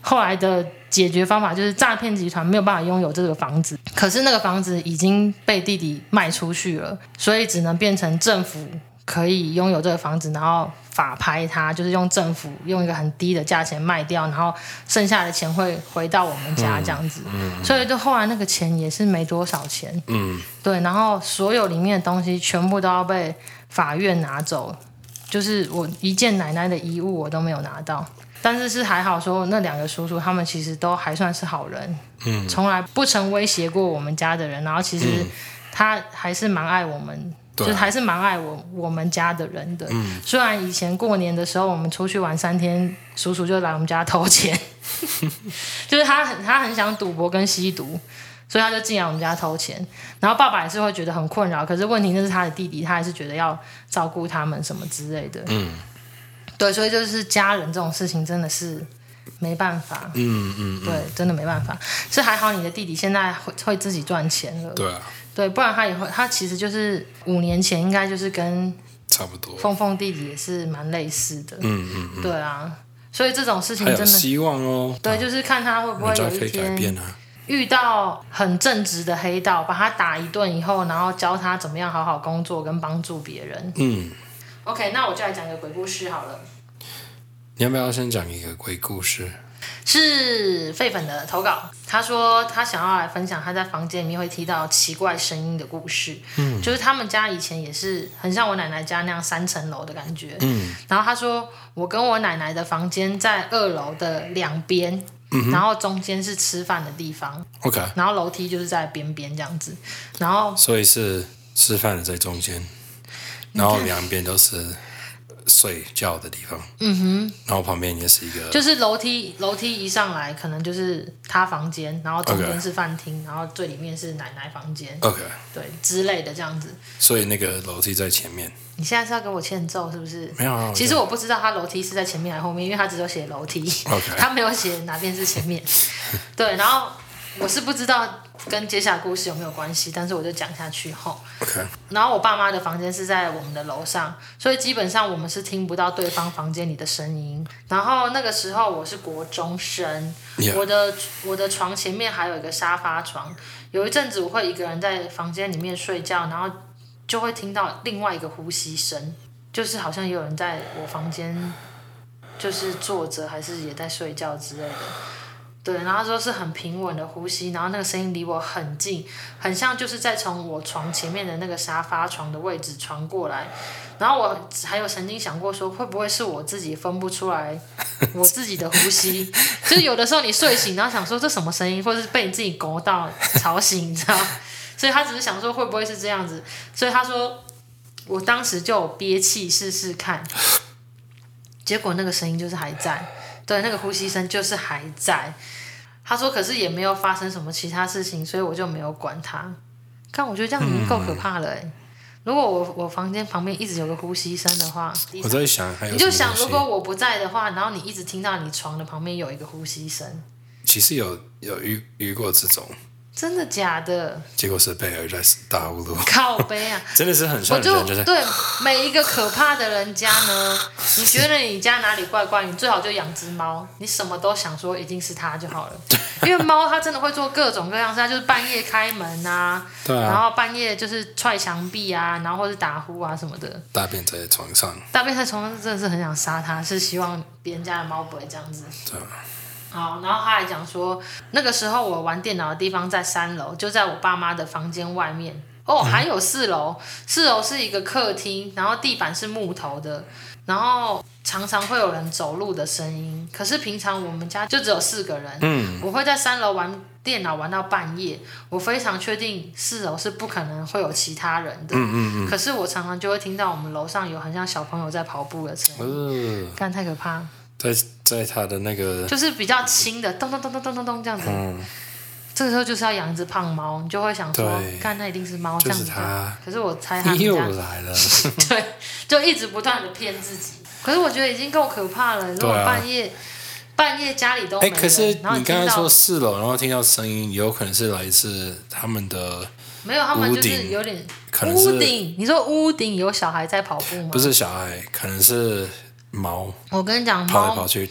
后来的解决方法就是诈骗集团没有办法拥有这个房子，可是那个房子已经被弟弟卖出去了，所以只能变成政府可以拥有这个房子，然后法拍它，就是用政府用一个很低的价钱卖掉，然后剩下的钱会回到我们家这样子。所以就后来那个钱也是没多少钱。对，然后所有里面的东西全部都要被法院拿走，就是我一件奶奶的遗物我都没有拿到。但是还好说那2个叔叔他们其实都还算是好人，从来不曾威胁过我们家的人，然后其实他还是蛮爱我们，就是还是蛮爱我们家的人的。虽然以前过年的时候我们出去玩3天，叔叔就来我们家偷钱就是他很想赌博跟吸毒，所以他就进来我们家偷钱，然后爸爸也是会觉得很困扰，可是问题那是他的弟弟，他还是觉得要照顾他们什么之类的。对，所以就是家人这种事情真的是没办法。对，真的没办法。是还好你的弟弟现在会自己赚钱了。 对啊。 对，不然他其实就是5年前应该就是跟差不多凤凤弟弟也是蛮类似的。对啊，所以这种事情真的还有希望哦。 对，就是看他会不会有一天遇到很正直的黑道，把他打一顿以后，然后教他怎么样好好工作跟帮助别人。OK， 那我就来讲一个鬼故事好了。 你要不要先讲一个鬼故事？ 是废粉的投稿，他说他想要来分享他在房间里面会听到奇怪声音的故事。就是他们家以前也是很像我奶奶家那样3层楼的感觉。然后他说我跟我奶奶的房间在2楼的2边。然后中间是吃饭的地方。 OK。 然后楼梯就是在边边这样子。然后所以是吃饭的在中间，然后2边都是睡觉的地方。然后旁边也是一个， 就是楼梯一上来可能就是他房间，然后中间是饭厅，然后最里面是奶奶房间。 OK。对， 之类的这样子。 所以那个楼梯在前面。 你现在是要给我欠揍是不是？ 没有。 其实我不知道他楼梯是在前面还是后面，因为他只有写楼梯。 OK。 他没有写哪边是前面。对，然后我是不知道跟接下来故事有没有关系，但是我就讲下去后。 OK。 然后我爸妈的房间是在我们的楼上，所以基本上我们是听不到对方房间里的声音。然后那个时候我是国中生，我的床前面还有一个沙发床。有一阵子我会一个人在房间里面睡觉，然后就会听到另外一个呼吸声，就是好像有人在我房间就是坐着还是也在睡觉之类的。对，然后他说是很平稳的呼吸，然后那个声音离我很近，很像就是在从我床前面的那个沙发床的位置传过来。然后我还有曾经想过说，会不会是我自己分不出来我自己的呼吸？就是有的时候你睡醒，然后想说这什么声音，或者是被你自己勾到吵醒，你知道？所以他只是想说会不会是这样子，所以他说我当时就有憋气试试看，结果那个声音就是还在，对，那个呼吸声就是还在。他说可是也没有发生什么其他事情，所以我就没有管他。看我觉得这样已经够可怕了欸。如果我房间旁边一直有个呼吸声的话， 我在想还有你就想如果我不在的话，然后你一直听到你床的旁边有一个呼吸声。 其实有遇过这种。 真的假的？ 结果是被儿在大误路。 靠背啊！ 真的是很像人就是对每一个可怕的人家呢，你觉得你家哪里怪怪，你最好就养只猫，你什么都想说一定是它就好了。因为猫它真的会做各种各样事，它就是半夜开门啊， 对啊， 然后半夜就是踹墙壁啊，然后或是打呼啊什么的。 大便在床上真的是很想杀它，是希望别人家的猫不会这样子。 对啊。 好，然后他还讲说，那个时候我玩电脑的地方在3楼，就在我爸妈的房间外面。还有4楼，4楼是一个客厅，然后地板是木头的，然后常常会有人走路的声音。可是平常我们家就只有4个人，我会在3楼玩电脑玩到半夜，我非常确定4楼是不可能会有其他人的。可是我常常就会听到我们楼上有很像小朋友在跑步的声音，干太可怕。 在他的那个就是比较轻的咚咚咚咚咚咚咚这样子。这个时候就是要养一只胖猫，你就会想说，看那一定是猫这样子。可是我猜他们家又来了。 对，就一直不断的骗自己。可是我觉得已经够可怕了。如果半夜家里都没人， 可是你刚才说4楼，然后听到声音，有可能是来自他们的没有，他们就是有点可能是屋顶。你说屋顶有小孩在跑步吗？ 不是小孩，可能是猫。 我跟你讲， 跑来跑去。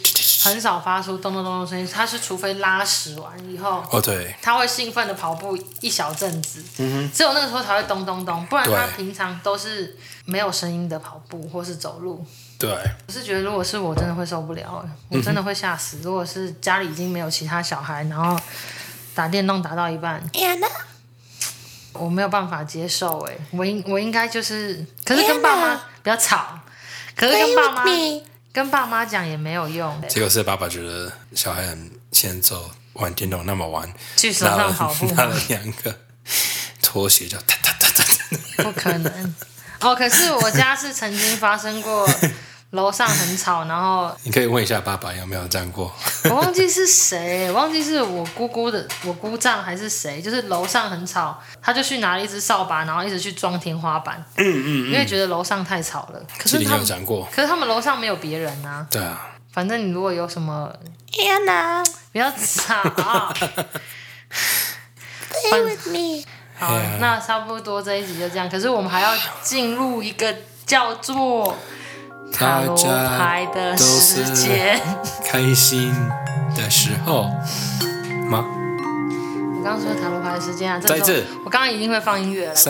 很少发出咚咚咚的声音，它是除非拉屎完以后， 对， 它会兴奋的跑步一小阵子，只有那个时候才会咚咚咚，不然它平常都是没有声音的跑步或是走路。 对， 我是觉得如果是我真的会受不了，我真的会吓死。如果是家里已经没有其他小孩，然后打电动打到一半，我没有办法接受我应该就是，可是跟爸妈不要吵，可是跟爸妈讲也没有用。 结果是爸爸觉得小孩很欠揍，玩电动那么玩， 去手上跑步拿了2个拖鞋就哒哒哒哒， 不可能。可是我家是曾经发生过楼上很吵，然后你可以问一下爸爸有没有这样过。 我忘记是谁，忘记是我姑丈还是谁，就是楼上很吵，他就去拿了一只扫把，然后一直去撞天花板。因为觉得楼上太吵了。可是有讲过， 可是他们楼上没有别人啊。 对啊。 反正你如果有什么，不要吵。Play with me。好，那差不多这一集就这样。可是我们还要进入一个叫做塔罗牌的时间， 开心的时候吗？ 我刚刚说塔罗牌的时间啊， 在这， 我刚刚一定会放音乐了。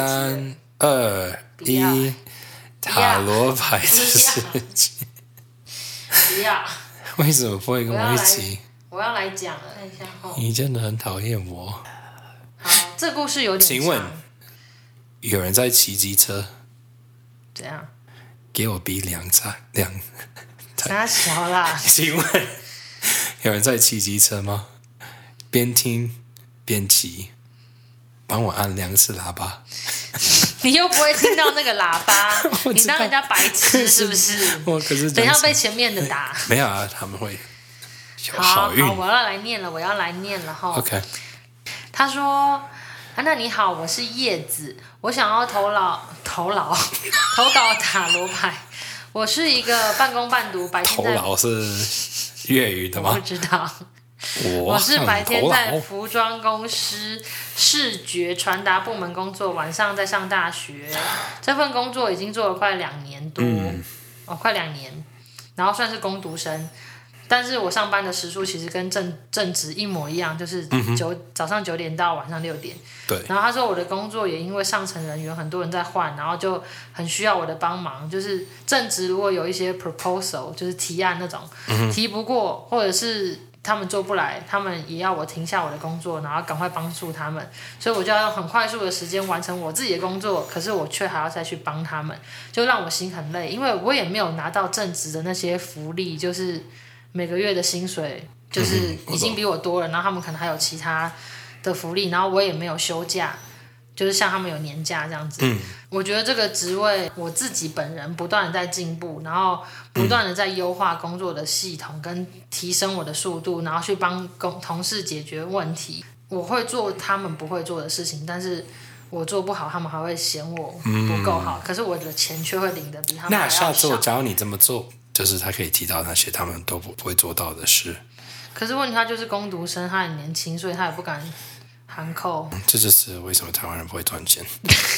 3、2、1，塔罗牌的时间。 不要。 为什么不会跟我一起？ 我要来讲了，看一下你真的很讨厌我。 好，这故事有点长。 请问，有人在骑机车？ 怎样？ 给我比2叉。 傻小啦！ 请问，有人在骑机车吗？边听边骑，帮我按2次喇叭。 你又不会听到那个喇叭，你当人家白痴是不是？ 可是等一下被前面的打。 没有啊，他们会有好运。 我要来念了哈。 OK。 他说：“安娜你好，我是叶子，我想要投稿塔罗牌。我是一个半工半读，白天在投稿是粤语的吗？ 我不知道。我是白天在服装公司视觉传达部门工作，晚上在上大学。这份工作已经做了快2年多，快2年，然后算是工读生。但是我上班的时数其实跟正职一模一样，就是早上9点到晚上6点。 对。 然后他说我的工作也因为上层人员很多人在换，然后就很需要我的帮忙。就是正职如果有一些 proposal， 就是提案那种，提不过或者是他们做不来，他们也要我停下我的工作，然后赶快帮助他们。所以我就要用很快速的时间完成我自己的工作，可是我却还要再去帮他们，就让我心很累，因为我也没有拿到正职的那些福利，就是每个月的薪水就是已经比我多了，然后他们可能还有其他的福利，然后我也没有休假，就是像他们有年假这样子。我觉得这个职位我自己本人不断的在进步，然后不断的在优化工作的系统跟提升我的速度，然后去帮同事解决问题。我会做他们不会做的事情，但是我做不好，他们还会嫌我不够好，可是我的钱却会领得比他们还要少。 那下次我教你这么做，就是他可以提到那些他们都不会做到的事。 可是问题他就是工读生，他很年轻，所以他也不敢含扣。 这就是为什么台湾人不会赚钱。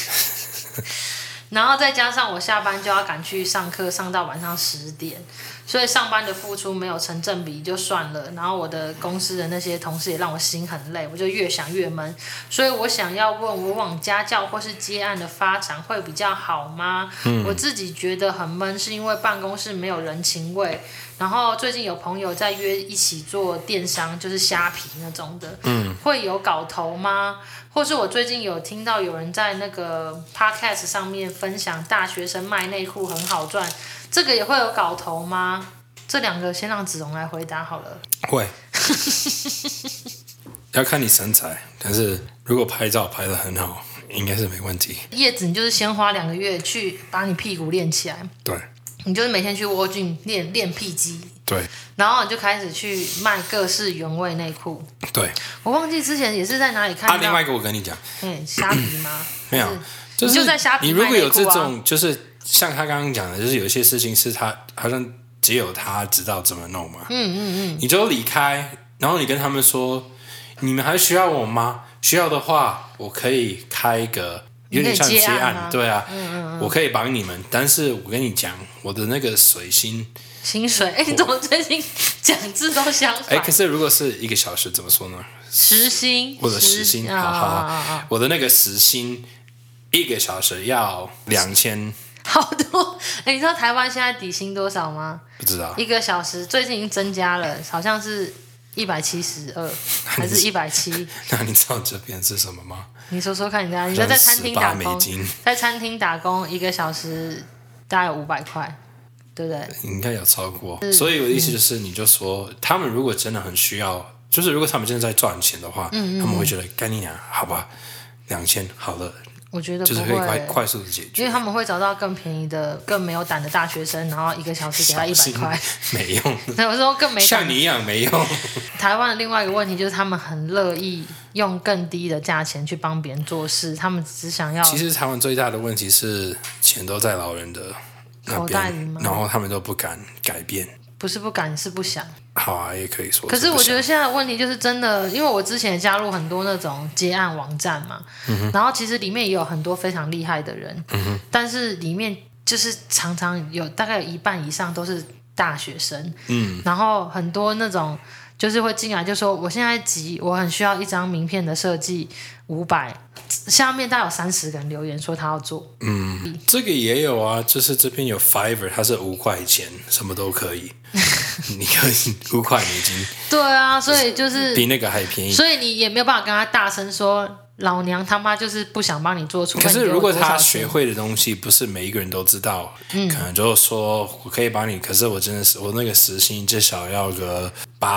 然后再加上我下班就要赶去上课，上到晚上10点，所以上班的付出没有成正比就算了。然后我的公司的那些同事也让我心很累，我就越想越闷。所以我想要问，我往家教或是接案的发展会比较好吗？我自己觉得很闷，是因为办公室没有人情味。然后最近有朋友在约一起做电商，就是虾皮那种的，会有搞头吗？或是我最近有听到有人在那个 podcast 上面分享大学生卖内裤很好赚，这个也会有搞头吗？这2个先让子荣来回答好了。 会，要看你身材，但是如果拍照拍得很好，应该是没问题。 叶子，你就是先花2个月去把你屁股练起来。 对。 你就是每天去窝俊练屁肌， 对， 然后你就开始去卖各式原味内裤。 对， 我忘记之前也是在哪里看到。 另外一个我跟你讲， 虾皮吗？ 没有， 就是你就在虾皮你如果有这种，就是像他刚刚讲的，就是有一些事情是他好像只有他知道怎么弄嘛。你就离开，然后你跟他们说，你们还需要我吗？需要的话，我可以开一个。有点像接案，对啊，我可以帮你们，但是我跟你讲，我的那个水薪薪水，你怎么最近讲字都相反？ 可是如果是1个小时怎么说呢？ 时薪， 我的时薪，好，我的那个时薪1个小时要2000， 好多。你知道台湾现在底薪多少吗？ 不知道。 1个小时最近已经增加了，好像是172还是170？ 那你知道这边是什么吗？ 你说说看，你在餐厅打工，在餐厅打工1个小时大概有500块。对不对？ 应该有超过，所以我的意思就是，你就说，他们如果真的很需要，就是如果他们真的在赚钱的话，他们会觉得干你娘，好吧，2000好了， 我觉得不会， 就是可以快速的解决， 因为他们会找到更便宜的、更没有胆的大学生，然后1个小时给他100块， 没用。 我说更没胆， 像你一样没用。 台湾的另外一个问题就是，他们很乐意用更低的价钱去帮别人做事，他们只想要。 其实台湾最大的问题是钱都在老人的口袋里吗？ 然后他们都不敢改变， 不是不敢，是不想。 好啊，也可以说。 可是我觉得现在的问题就是真的，因为我之前也加入很多那种接案网站嘛，然后其实里面也有很多非常厉害的人，但是里面就是常常有大概有1半以上都是大学生，然后很多那种就是会进来就说我现在急，我很需要一张名片的设计500，下面大概有30个人留言说他要做。 这个也有啊，就是这边有 Fiverr， 它是5块钱，什么都可以，你可以5块美金。 对啊，所以就是比那个还便宜， 所以你也没有办法跟他大声说老娘他妈就是不想帮你做出。 可是如果他学会的东西不是每一个人都知道，可能就是说我可以帮你，可是我真的是我那个时薪至少要个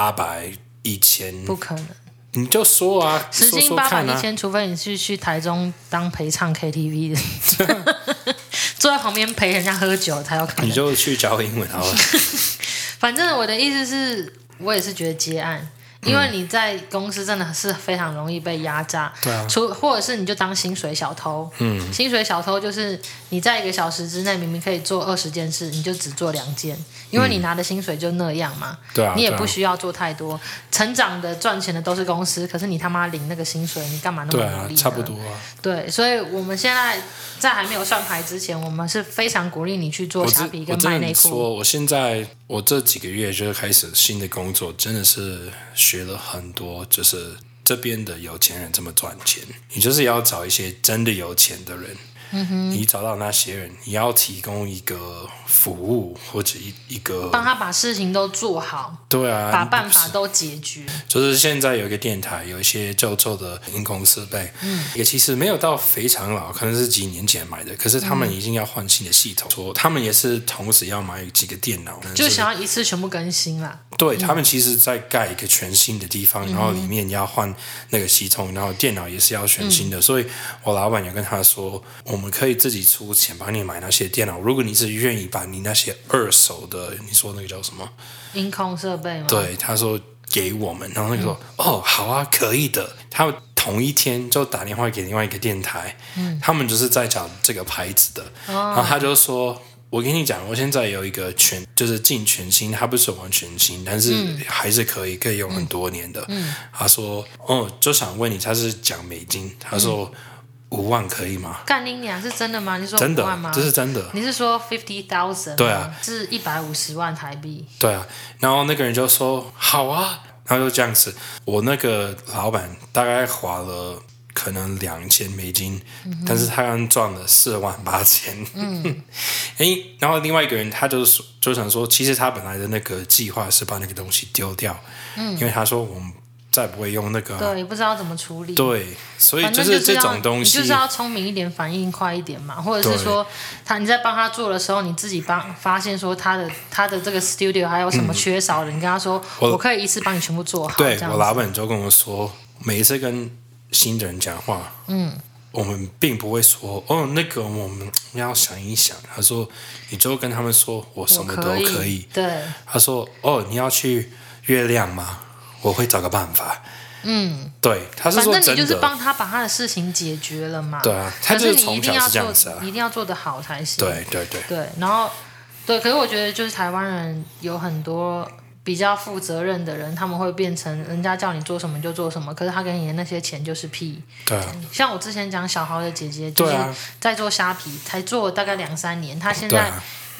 800、1000， 不可能。 你就说啊， 时薪800、1000，除非你是去台中当陪唱 KTV 的，坐在旁边陪人家喝酒才有可能。 你就去教英文好了。 反正我的意思是，我也是觉得接案。因为你在公司真的是非常容易被压榨， 对啊， 或者是你就当薪水小偷，薪水小偷就是你在1个小时之内明明可以做20件事，你就只做2件，因为你拿的薪水就那样嘛， 对啊， 你也不需要做太多，成长的赚钱的都是公司，可是你他妈领那个薪水，你干嘛那么努力呢？ 对啊，差不多啊。 对，所以我们现在在还没有算牌之前，我们是非常鼓励你去做虾皮跟卖内裤。 我现在这几个月就开始新的工作，真的是学了很多，就是这边的有钱人怎么赚钱。你就是要找一些真的有钱的人，你找到那些人，你要提供一个服务或者一个帮他把事情都做好， 对啊， 把办法都解决。 就是现在有一个电台，有一些旧的音控设备，也其实没有到非常老，可能是几年前买的，可是他们已经要换新的系统，说他们也是同时要买几个电脑， 就想要一次全部更新啦。 对，他们其实在盖一个全新的地方，然后里面要换那个系统，然后电脑也是要全新的，所以我老板也跟他说，我们可以自己出钱帮你买那些电脑，如果你是愿意把你那些二手的，你说那个叫什么？ 音控设备吗？ 对，他说给我们，然后那个说，哦，好啊，可以的。他们同一天就打电话给另外一个电台，他们就是在找这个牌子的，然后他就说，我跟你讲，我现在有一个就是进全新，它不是完全新，但是还是可以用很多年的。他说，就想问你，他是讲美金，他说5万可以吗？ 干你娘，是真的吗？你说 5 万吗？ 这是真的。 你是说 50,000？ 对啊， 是150万台币。 对啊，然后那个人就说好啊，然后就这样子，我那个老板大概花了可能2000美金，但是他刚赚了48000。然后另外一个人他就想说，其实他本来的那个计划是把那个东西丢掉，因为他说我们再不会用那个， 对，不知道怎么处理。 对，所以就是这种东西， 你就是要聪明一点，反应快一点嘛，或者是说你在帮他做的时候，你自己发现说他的这个 studio 还有什么缺少的，你跟他说，我可以一次帮你全部做好。 对，我老板就跟我说，每一次跟新的人讲话，我们并不会说那个我们要想一想。他说，你就跟他们说我什么都可以。 对， 他说你要去月亮吗？我会找个办法。对，他是说真的。 反正你就是帮他把他的事情解决了嘛。 对啊，他就是从小是这样子啊， 你一定要做得好才行。 对对对。 对，然后对，可是我觉得就是台湾人有很多比较负责任的人，他们会变成人家叫你做什么就做什么，可是他给你的那些钱就是屁。 对啊。 像我之前讲小豪的姐姐，就是在做虾皮，才做大概2-3年，她现在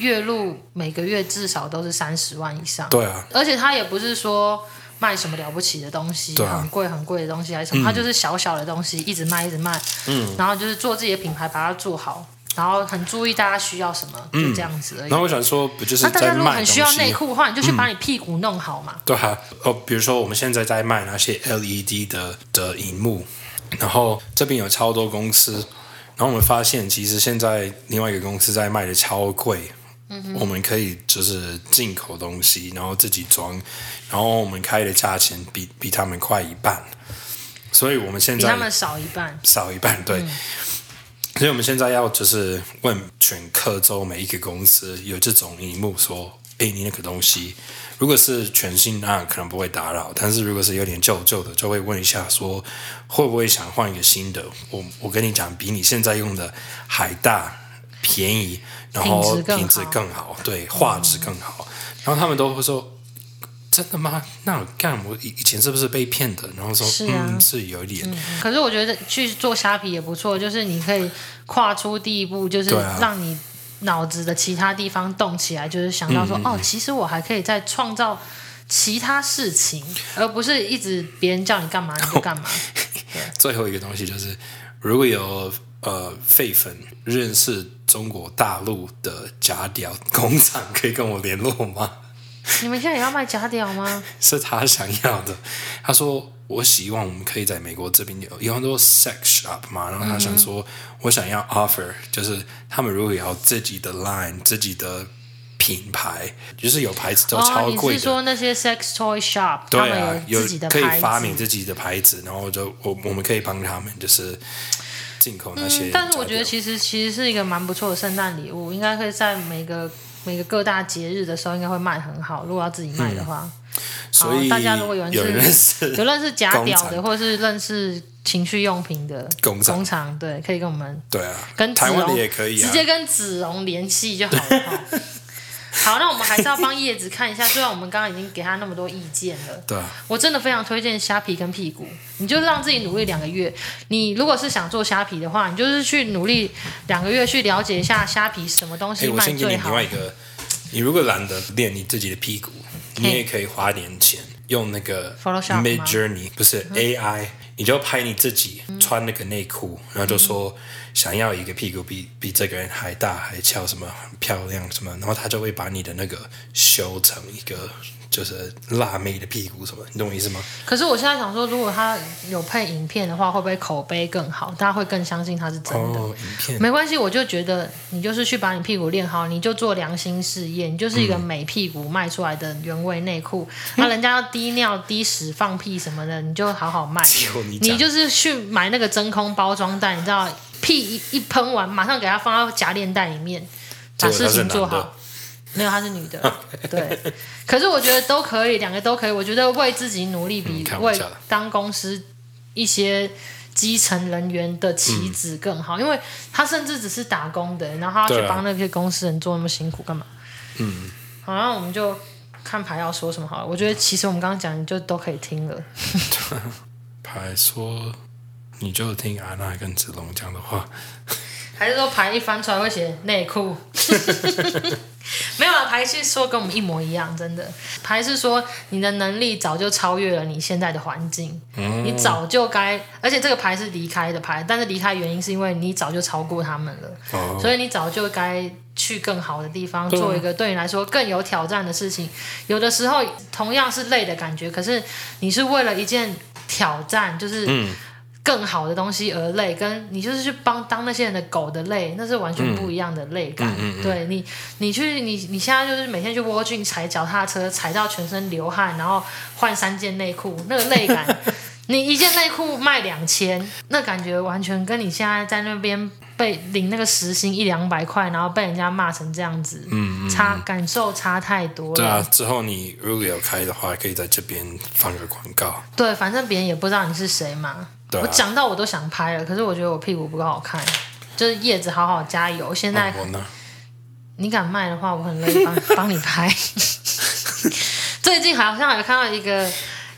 月入每个月至少都是30万以上。 对啊， 而且他也不是说卖什么了不起的东西，很贵很贵的东西还是什么，他就是小小的东西一直卖一直卖，然后就是做自己的品牌把它做好。然后很注意大家需要什么，就这样子而已。 然后我想说，不就是在卖东西？ 那大家如果很需要内裤的话，你就去把你屁股弄好嘛。 对啊，比如说我们现在在卖那些 LED 的萤幕，然后这边有超多公司，然后我们发现其实现在另外一个公司在卖的超贵。我们可以就是进口东西，然后自己装，然后我们开的价钱比他们快一半，所以我们现在比他们少一半， 对。所以我们现在要就是问全科州每一个公司有这种萤幕说，你那个东西如果是全新那可能不会打扰，但是如果是有点旧的，就会问一下说会不会想换一个新的。我跟你讲，比你现在用的还大，便宜，然后品质更好，对，画质更好。然后他们都会说。真的吗？那我以前是不是被骗的？然后说是有一点。 可是我觉得去做虾皮也不错，就是你可以跨出第一步，就是让你脑子的其他地方动起来，就是想到说其实我还可以再创造其他事情，而不是一直别人叫你干嘛你就干嘛。 最后一个东西就是，如果有废粉认识中国大陆的假屌工厂，可以跟我联络吗？ 你们现在也要卖假屌吗？ 是他想要的。他说：“我希望我们可以在美国这边有很多 sex shop 嘛，然后他想说，我想要 offer， 就是他们如果有自己的 line、自己的品牌，就是有牌子都超贵的。 你是说那些 sex toy shop， 对啊， 他们有自己的牌子， 可以发明自己的牌子，然后我们可以帮他们就是进口那些。 但是我觉得其实是一个蛮不错的圣诞礼物，应该可以在每个各大节日的时候应该会卖很好，如果要自己卖的话。 所以大家如果有认识假屌的，或是认识情趣用品的工厂，对，可以跟我们跟台湾的也可以直接跟子荣联系就好了。好，那我们还是要帮叶子看一下，虽然我们刚刚已经给他那么多意见了， 对， 我真的非常推荐虾皮跟屁股，你就让自己努力2个月。你如果是想做虾皮的话，你就是去努力2个月，去了解一下虾皮什么东西卖最好。 我先给你另外一个，你如果懒得练你自己的屁股，你也可以花点钱用那个 Mid Journey， 不是 AI，你就拍你自己穿那个内裤，然后就说想要一个屁股比这个人还大还翘什么很漂亮什么，然后他就会把你的那个修成一个就是辣妹的屁股什么，你懂我意思吗？ 可是我现在想说，如果他有配影片的话，会不会口碑更好？大家会更相信他是真的。 影片没关系，我就觉得你就是去把你屁股练好，你就做良心事业，你就是一个美屁股卖出来的原味内裤。那人家要滴尿、滴屎、放屁什么的，你就好好卖。你就是去买那个真空包装袋，你知道，屁一喷完，马上给它放到夹链袋里面，把事情做好。没有，她是女的，对。可是我觉得都可以，2个都可以。我觉得为自己努力比为当公司一些基层人员的棋子更好，因为他甚至只是打工的，然后他要去帮那些公司人做那么辛苦干嘛？好，那我们就看牌要说什么好了。我觉得其实我们刚刚讲的就都可以听了。 牌说你就听安娜跟子龙讲的话。 还是说牌一翻出来会写内裤？没有啊，牌是说跟我们一模一样，真的。牌是说你的能力早就超越了你现在的环境，你早就该，而且这个牌是离开的牌，但是离开原因是因为你早就超过他们了，所以你早就该去更好的地方，做一个对你来说更有挑战的事情。有的时候同样是累的感觉，可是你是为了一件挑战，就是更好的东西而累，跟你就是去当那些人的狗的累，那是完全不一样的累感。对你现在就是每天去蜗苣踩脚踏车，踩到全身流汗，然后换3件内裤，那个累感，你一件内裤卖2000，那感觉完全跟你现在在那边被领那个时薪100-200块，然后被人家骂成这样子，感受差太多了。 对啊，之后你如果有开的话，可以在这边放个广告。 对，反正别人也不知道你是谁嘛。我讲到我都想拍了，可是我觉得我屁股不够好看，就是叶子好好加油。现在你敢卖的话，我很乐意帮你拍。最近好像有看到一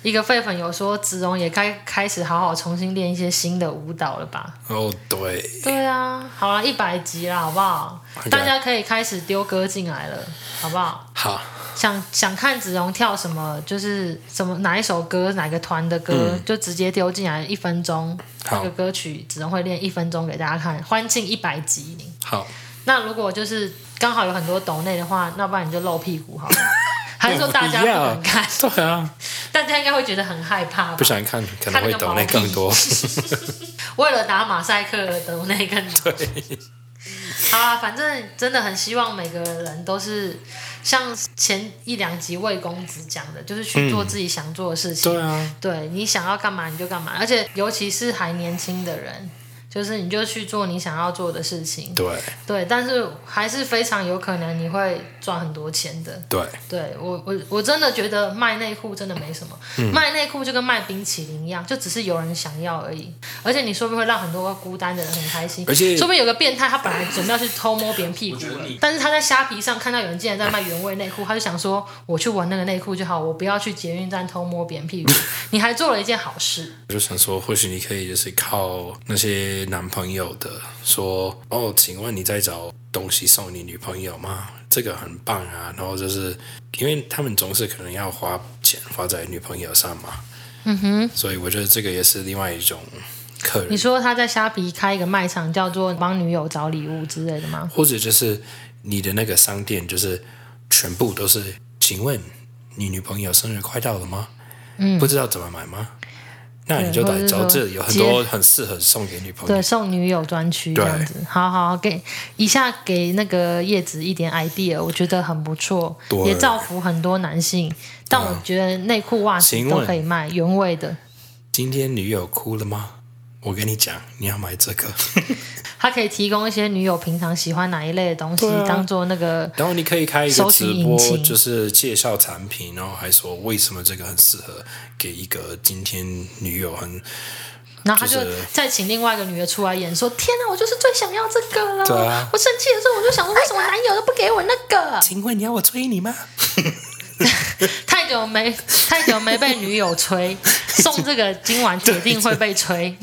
一个废粉有说子荣也开始好好重新练一些新的舞蹈了吧？ 哦，对。 对啊，好了，100集啦，好不好？ Okay. 大家可以开始丢歌进来了，好不好？ 好。 想看子荣跳什么，就是哪一首歌，哪个团的歌，就直接丢进来1分钟。那个歌曲子荣会练1分钟给大家看，欢庆100集。 好。 那如果就是刚好有很多抖内的话，那不然你就露屁股好了。还是说大家不敢看？ 对啊， 大家应该会觉得很害怕吧， 不想看，可能会抖内更多。 为了打马赛克而抖内更多。对。好啊，反正真的很希望每个人都是像前1-2集魏公子讲的，就是去做自己想做的事情。 对啊， 对，你想要干嘛你就干嘛，而且尤其是还年轻的人。就是你就去做你想要做的事情，对，但是还是非常有可能你会赚很多钱的。对，我真的觉得卖内裤真的没什么，卖内裤就跟卖冰淇淋一样，就只是有人想要而已。而且你说不定会让很多孤单的人很开心，而且说不定有个变态，他本来准备要去偷摸别人屁股了，但是他在虾皮上看到有人竟然在卖原味内裤，他就想说我去玩那个内裤就好，我不要去捷运站偷摸别人屁股。你还做了一件好事。 我就想说，或许你可以就是靠那些男朋友的说，哦，请问你在找东西送你女朋友吗？这个很棒啊。然后就是因为他们总是可能要花钱花在女朋友上嘛，所以我觉得这个也是另外一种客人。 你说他在虾皮开一个卖场，叫做帮女友找礼物之类的吗？ 或者就是你的那个商店就是全部都是，请问你女朋友生日快到了吗？不知道怎么买吗？那你就来找这里有很多很适合送给女朋友， 对，送女友专区这样子。好，给那个叶子一点 idea， 我觉得很不错，也造福很多男性。但我觉得内裤袜子都可以卖原味的。 今天女友哭了吗？我跟你讲，你要买这个。 他可以提供一些女友平常喜欢哪一类的东西，当做那个， 然后你可以开一个直播，就是介绍产品，然后还说为什么这个很适合给一个今天女友很， 然后他就再请另外一个女的出来演，说天哪，我就是最想要这个了。 对啊， 我生气的时候我就想说，为什么男友都不给我那个？ 请问你要我催你吗？ 太久没被女友催，送这个今晚铁定会被催。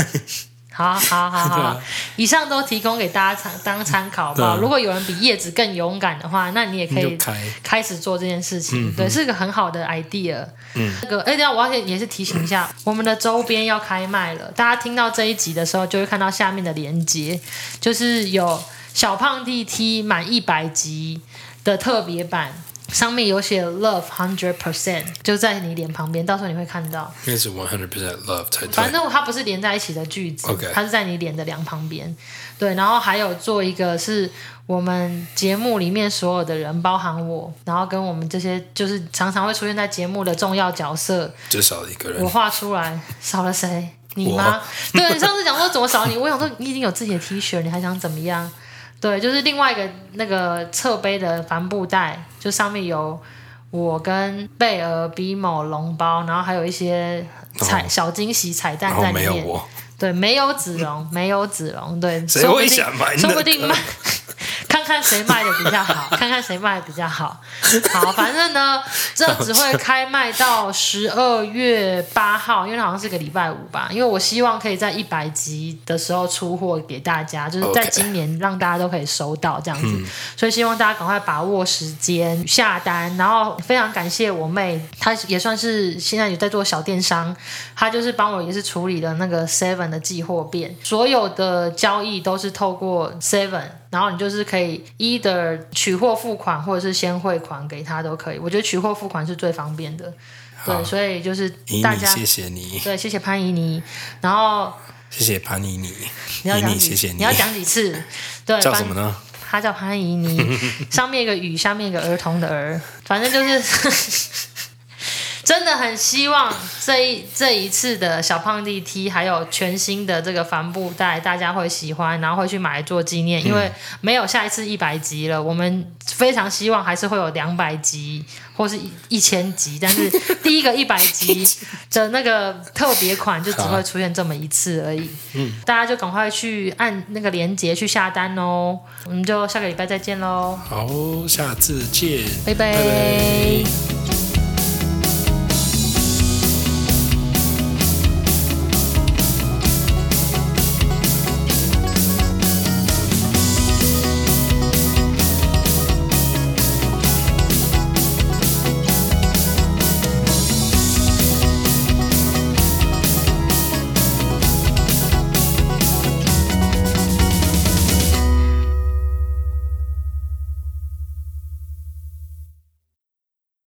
好，以上都提供给大家当参考吧。如果有人比叶子更勇敢的话，那你也可以开始做这件事情。对，是个很好的 idea。那个，等一下我要也是提醒一下，我们的周边要开卖了。大家听到这一集的时候，就会看到下面的连结，就是有小胖弟 T 满100集的特别版。上面有写 Love 100%，就在你脸旁边，到时候你会看到。 应该是 100% love 才对。 反正它不是连在一起的句子，它是在你脸的两旁边。对，然后还有做一个是我们节目里面所有的人，包含我，然后跟我们这些就是常常会出现在节目的重要角色， 就少了一个人。 我画出来，少了谁？你吗？对，你上次讲说怎么少你，我想说你已经有自己的 T 恤，你还想怎么样？对，就是另外一个那个侧背的帆布袋，就上面有我跟贝尔、比某、笼包，然后还有一些小惊喜彩蛋在里面。 没有我。 对，没有子龙，没有子龙，对， 谁会想买那个？ 说不定卖，看看谁卖的比较好，看看谁卖的比较好。好，反正呢，这只会开卖到12月8号，因为好像是个礼拜五吧。因为我希望可以在100集的时候出货给大家，就是在今年让大家都可以收到这样子。所以希望大家赶快把握时间下单。然后非常感谢我妹，她也算是现在有在做小电商，她就是帮我也是处理了那个 Seven 的寄货变，所有的交易都是透过 Seven， 然后你就是可以 either 取货付款或者是先汇款给他都可以。我觉得取货付款是最方便的，对，所以就是大家谢谢你， 对，谢谢潘怡妮，然后谢谢潘怡妮，谢谢你， 你要讲几次？对， 叫什么呢？ 他叫潘怡妮，上面一个雨，下面一个儿童的儿，反正就是真的很希望这一次的小胖弟 T 还有全新的这个帆布袋大家会喜欢，然后会去买来做纪念，因为没有下一次100集了，我们非常希望还是会有200集或是1000集，但是第一个100集的那个特别款就只会出现这么一次而已。大家就赶快去按那个连结去下单哦，我们就下个礼拜再见咯。 好，下次见， 拜拜。